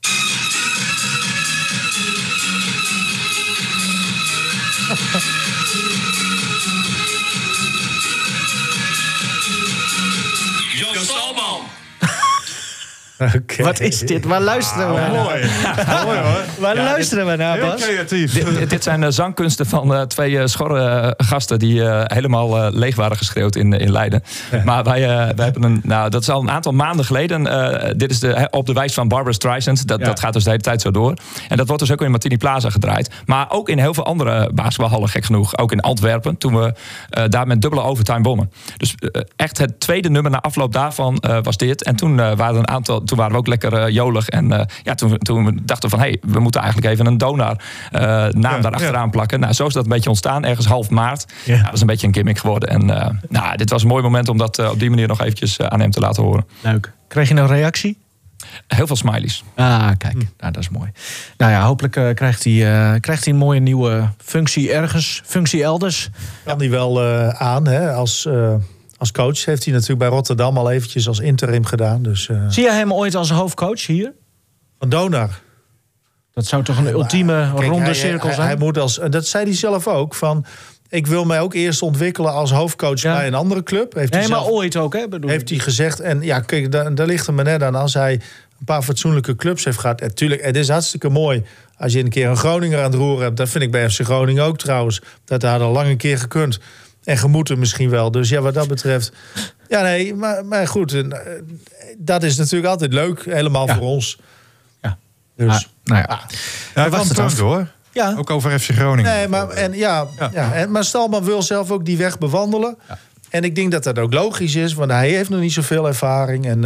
Okay. Wat is dit? Waar luisteren we naar? Mooi hoor. Waar luisteren we naar, Bas? Heel creatief. Dit zijn zangkunsten van 2 schorre gasten... die helemaal leeg waren geschreeuwd in Leiden. Ja. Maar wij hebben dat is al een aantal maanden geleden. Dit is op de wijs van Barbra Streisand. Dat gaat dus de hele tijd zo door. En dat wordt dus ook in Martini Plaza gedraaid. Maar ook in heel veel andere basketbalhallen, gek genoeg. Ook in Antwerpen, toen we daar met dubbele overtime wonnen. Dus echt het tweede nummer na afloop daarvan was dit. En toen waren we ook lekker jolig. En toen we dachten van... we moeten eigenlijk even een Donar naam daar achteraan plakken. Nou, zo is dat een beetje ontstaan. Ergens half maart. Ja. Dat is een beetje een gimmick geworden. En dit was een mooi moment om dat op die manier nog eventjes aan hem te laten horen. Leuk. Kreeg je een reactie? Heel veel smileys. Ah, kijk. Nou, dat is mooi. Nou ja, hopelijk krijgt hij een mooie nieuwe functie ergens. Functie elders. Kan hij wel aan, hè? Als coach heeft hij natuurlijk bij Rotterdam al eventjes als interim gedaan. Dus, zie jij hem ooit als hoofdcoach hier? Van Donar. Dat zou toch een ultieme ronde cirkel zijn? Hij moet dat zei hij zelf ook. Van, ik wil mij ook eerst ontwikkelen als hoofdcoach bij een andere club. Maar ooit ook, hè? Heeft hij gezegd. En ja, kijk, daar ligt het me net aan. Als hij een paar fatsoenlijke clubs heeft gehad. Natuurlijk, het is hartstikke mooi als je een keer een Groninger aan het roeren hebt. Dat vind ik bij FC Groningen ook trouwens. Dat had al lang een keer gekund. En gemoeten misschien wel. Dus ja, wat dat betreft... Ja, nee, maar goed. Dat is natuurlijk altijd leuk. Helemaal voor ons. Ja. Dus... Hij was het ook door. Ja. Ook over FC Groningen. Nee, maar Stalman wil zelf ook die weg bewandelen. Ja. En ik denk dat dat ook logisch is. Want hij heeft nog niet zoveel ervaring. En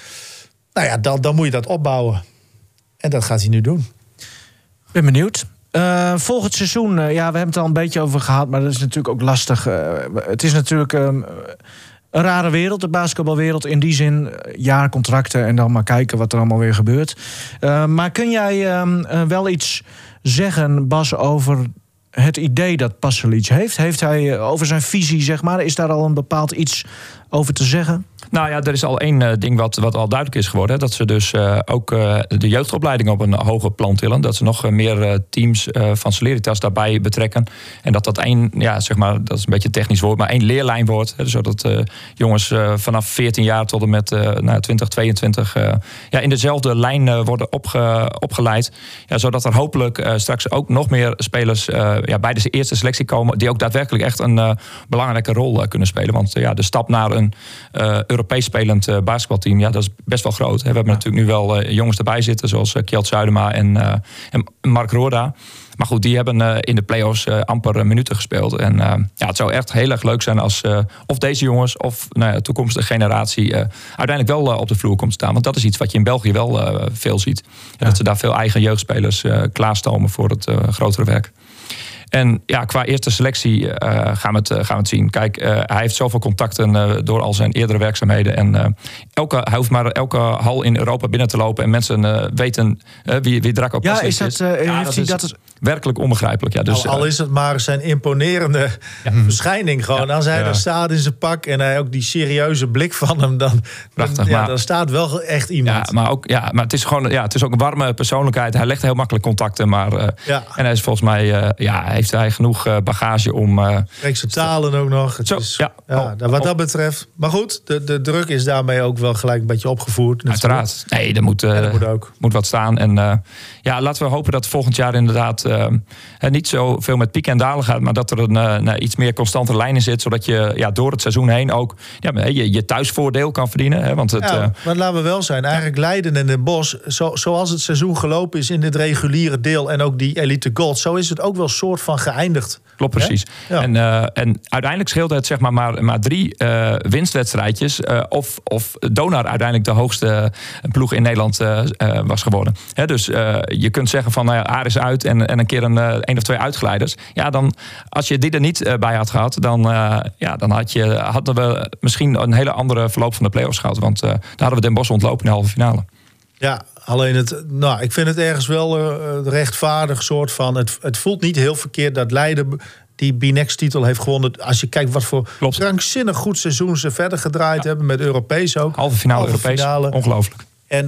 dan moet je dat opbouwen. En dat gaat hij nu doen. Ik ben benieuwd. Volgend seizoen, we hebben het al een beetje over gehad... maar dat is natuurlijk ook lastig. Het is natuurlijk een rare wereld, de basketbalwereld. In die zin, jaarcontracten en dan maar kijken wat er allemaal weer gebeurt. Maar kun jij wel iets zeggen, Bas, over het idee dat Pasalic heeft? Heeft hij over zijn visie, zeg maar, is daar al een bepaald iets over te zeggen? Nou ja, er is al één ding wat al duidelijk is geworden. Hè, dat ze dus ook de jeugdopleiding op een hoger plan tillen. Dat ze nog meer teams van Celeritas daarbij betrekken. En dat één, zeg maar, dat is een beetje een technisch woord, maar één leerlijn wordt. Hè, zodat jongens vanaf 14 jaar tot en met 20, 22 in dezelfde lijn worden opgeleid. Ja, zodat er hopelijk straks ook nog meer spelers bij de eerste selectie komen die ook daadwerkelijk echt een belangrijke rol kunnen spelen. Want de stap naar een Europees spelend basketbalteam, dat is best wel groot. We hebben natuurlijk nu wel jongens erbij zitten, zoals Kjeld Zuidema en Mark Roorda. Maar goed, die hebben in de play-offs amper minuten gespeeld. En het zou echt heel erg leuk zijn als of deze jongens of de toekomstige generatie uiteindelijk wel op de vloer komt te staan. Want dat is iets wat je in België wel veel ziet. Ja. Dat ze daar veel eigen jeugdspelers klaarstomen voor het grotere werk. En qua eerste selectie gaan we het zien. Kijk, hij heeft zoveel contacten door al zijn eerdere werkzaamheden. En hij hoeft maar elke hal in Europa binnen te lopen. En mensen weten wie Drako Pasalic is. Dat is werkelijk onbegrijpelijk. Ja, dus, al is het maar zijn imponerende verschijning. Gewoon als hij daar staat in zijn pak en hij ook die serieuze blik van hem. Dan staat wel echt iemand. Maar het is gewoon het is ook een warme persoonlijkheid. Hij legt heel makkelijk contacten. Maar en hij is volgens mij heeft hij genoeg bagage om... Spreekt zijn talen ook nog. Wat dat betreft. Maar goed, de druk is daarmee ook wel gelijk een beetje opgevoerd. Uiteraard. Nee, er moet wat staan. En laten we hopen dat volgend jaar inderdaad niet zoveel met pieken en dalen gaat, maar dat er een iets meer constante lijn in zit, zodat je door het seizoen heen ook je thuisvoordeel kan verdienen. Hè, want maar laten we wel zijn. Eigenlijk Leiden en Den Bosch, zoals het seizoen gelopen is in dit reguliere deel en ook die Elite Gold, zo is het ook wel soort van geëindigd. Klopt, precies. Ja. En uiteindelijk scheelde het zeg maar 3 winstwedstrijdjes of Donar uiteindelijk de hoogste ploeg in Nederland was geworden. He, dus je kunt zeggen van Aris uit en een keer een of 2 uitglijders. Ja, dan als je die er niet bij had gehad, dan hadden we misschien een hele andere verloop van de play-offs gehad. Want daar hadden we Den Bosch ontlopen in de halve finale. Ja, alleen ik vind het ergens wel rechtvaardig soort van. Het voelt niet heel verkeerd dat Leiden die B-Next-titel heeft gewonnen. Als je kijkt wat voor krankzinnig goed seizoen ze verder gedraaid hebben met Europees ook. Halve finale Europees, ongelooflijk.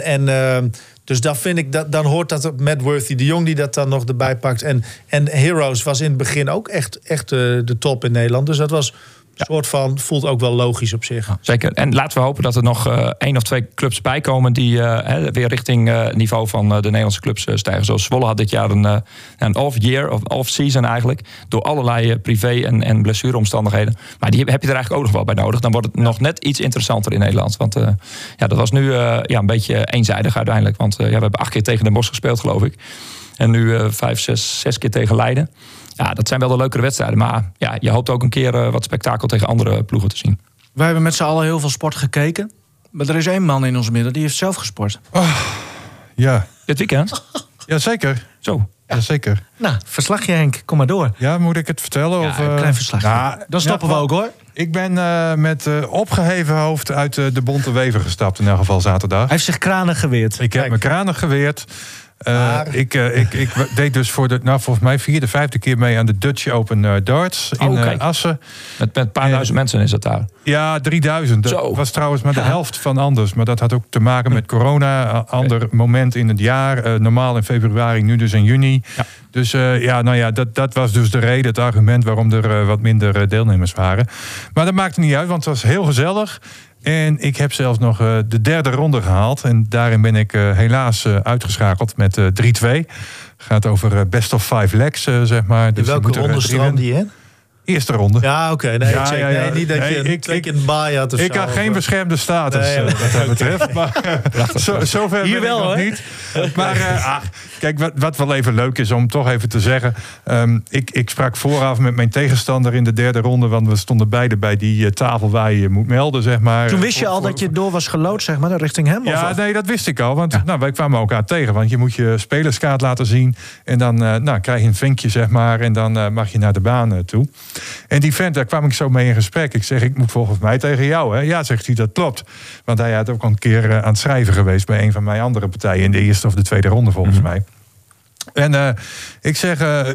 Dus dat vind ik, dan hoort dat Matt Worthy de Jong die dat dan nog erbij pakt. En Heroes was in het begin ook echt de top in Nederland. Dus dat was soort van, voelt ook wel logisch op zich. Zeker. En laten we hopen dat er nog 1 of 2 clubs bij komen die weer richting niveau van de Nederlandse clubs stijgen. Zoals Zwolle had dit jaar een off-year, of off-season eigenlijk, door allerlei privé- en blessureomstandigheden. Maar die heb je er eigenlijk ook nog wel bij nodig. Dan wordt het nog net iets interessanter in Nederland. Want dat was nu een beetje eenzijdig uiteindelijk. Want we hebben 8 keer tegen Den Bosch gespeeld, geloof ik. En nu 5, 6 keer tegen Leiden. Ja, dat zijn wel de leukere wedstrijden. Maar je hoopt ook een keer wat spektakel tegen andere ploegen te zien. Wij hebben met z'n allen heel veel sport gekeken. Maar er is 1 man in ons midden, die heeft zelf gesport. Ja. Dit weekend? Jazeker. Zo. Ja, zeker. Nou, verslagje Henk, kom maar door. Ja, moet ik het vertellen? Ja, een klein verslagje. Dan stoppen we ook, hoor. Ik ben met opgeheven hoofd uit de Bonte Wever gestapt, in elk geval zaterdag. Hij heeft zich kranig geweerd. Ik heb me kranig geweerd. Ik deed dus voor volgens mij 4e, 5e keer mee aan de Dutch Open Darts in Assen. Met een paar duizend mensen is dat daar. Ja, 3000. Dat was trouwens maar de helft van anders. Maar dat had ook te maken met corona. Ander moment in het jaar. Normaal in februari, nu dus in juni. Ja. Dus dat was dus de reden, het argument waarom er wat minder deelnemers waren. Maar dat maakte niet uit, want het was heel gezellig. En ik heb zelfs nog de 3e ronde gehaald. En daarin ben ik helaas uitgeschakeld met 3-2. Gaat over best of 5 legs, zeg maar. Dus welke ronde stroom die in? Eerste ronde. Ja, oké. Nee, niet dat je 2 keer een baai had of zo. Ik had geen beschermde status, wat dat betreft. Maar zover hier wel, nog niet. Maar kijk, wat wel even leuk is om toch even te zeggen. Ik sprak vooraf met mijn tegenstander in de 3e ronde. Want we stonden beide bij die tafel waar je moet melden, zeg maar. Toen wist je al dat je door was gelood, zeg maar, richting hem? Ja, nee, dat wist ik al. Want wij kwamen elkaar tegen. Want je moet je spelerskaart laten zien. En dan krijg je een vinkje, zeg maar. En dan mag je naar de baan toe. En die vent, daar kwam ik zo mee in gesprek. Ik zeg, ik moet volgens mij tegen jou, hè? Ja, zegt hij, dat klopt. Want hij had ook al een keer aan het schrijven geweest bij een van mijn andere partijen in de 1e of de 2e ronde, volgens mij. En ik zeg,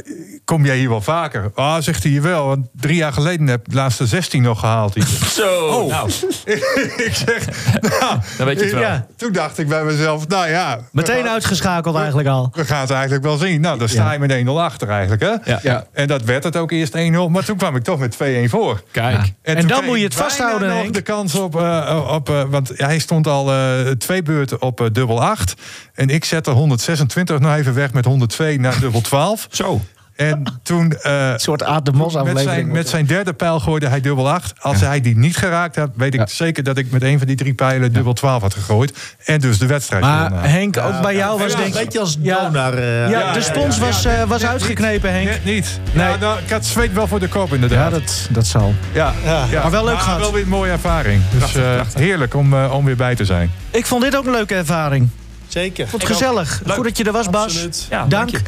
kom jij hier wel vaker? Ah, zegt hij, wel. Want 3 jaar geleden heb ik de laatste 16 nog gehaald hier. Zo, nou. Ik zeg, nou, Dan weet je het wel. Ja. toen dacht ik bij mezelf, nou ja... Meteen uitgeschakeld eigenlijk al. We gaan het eigenlijk wel zien. Nou, dan sta je met 1-0 achter eigenlijk, hè? Ja. En dat werd het ook eerst 1-0. Maar toen kwam ik toch met 2-1 voor. Kijk. Ja. En toen dan kreeg moet je ik het vasthouden, bijna nog Henk. de kans op want hij stond al 2 beurten op dubbel 8. En ik zette 126 nog even weg met 102 naar dubbel 12. Zo. En toen... Een soort Aad de Mos aflevering. met zijn derde pijl gooide hij dubbel 8. Als hij die niet geraakt had, weet ik zeker dat ik met een van die 3 pijlen dubbel 12 had gegooid. En dus de wedstrijd. Maar Henk, ook bij jou was denk ik... Een beetje als Donar. de spons was uitgeknepen, Henk. Net niet. Nee. Nee. Nou, ik had zweet wel voor de kop inderdaad. Ja, dat zal. Ja. Maar wel leuk gehad. Wel weer een mooie ervaring. Dus heerlijk om weer bij te zijn. Ik vond dit ook een leuke ervaring. Zeker. Vond het gezellig. Goed dat je er was, Bas. Absoluut. Ja, Dank.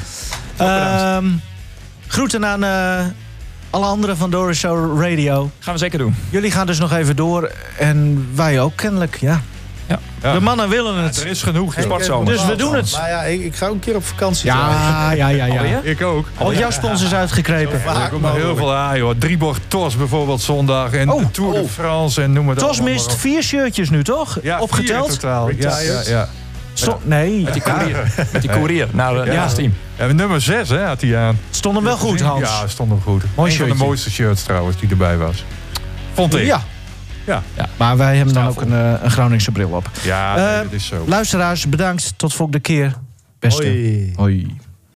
Groeten aan alle anderen van Doris Show Radio. Gaan we zeker doen. Jullie gaan dus nog even door. En wij ook kennelijk, ja. Ja. De mannen willen het. Er is genoeg. Sportzomer. Dus we doen het. Maar ja, ik ga ook een keer op vakantie. Ja. Alweer? Ik ook. Ook jouw spons is uitgeknepen. Er komt nog heel veel aan, joh. Drieborg Tos bijvoorbeeld zondag. En de Tour de France en noem het Tos allemaal mist maar op. 4 shirtjes nu, toch? Ja, Opgeteld? 4 totaal. Ja. Nee. Met die courier naar het team. En nummer 6 had hij aan. Het stond hem wel goed, Hans. Ja, stond hem goed. Mooi Een van de shirtje. mooiste shirts trouwens die erbij was. Vond ik. Ja. Ja. Maar wij hebben dan ook een Groningse bril op. Ja, nee, dat is zo. Luisteraars, bedankt. Tot volgende keer. Beste. Hoi. Hoi.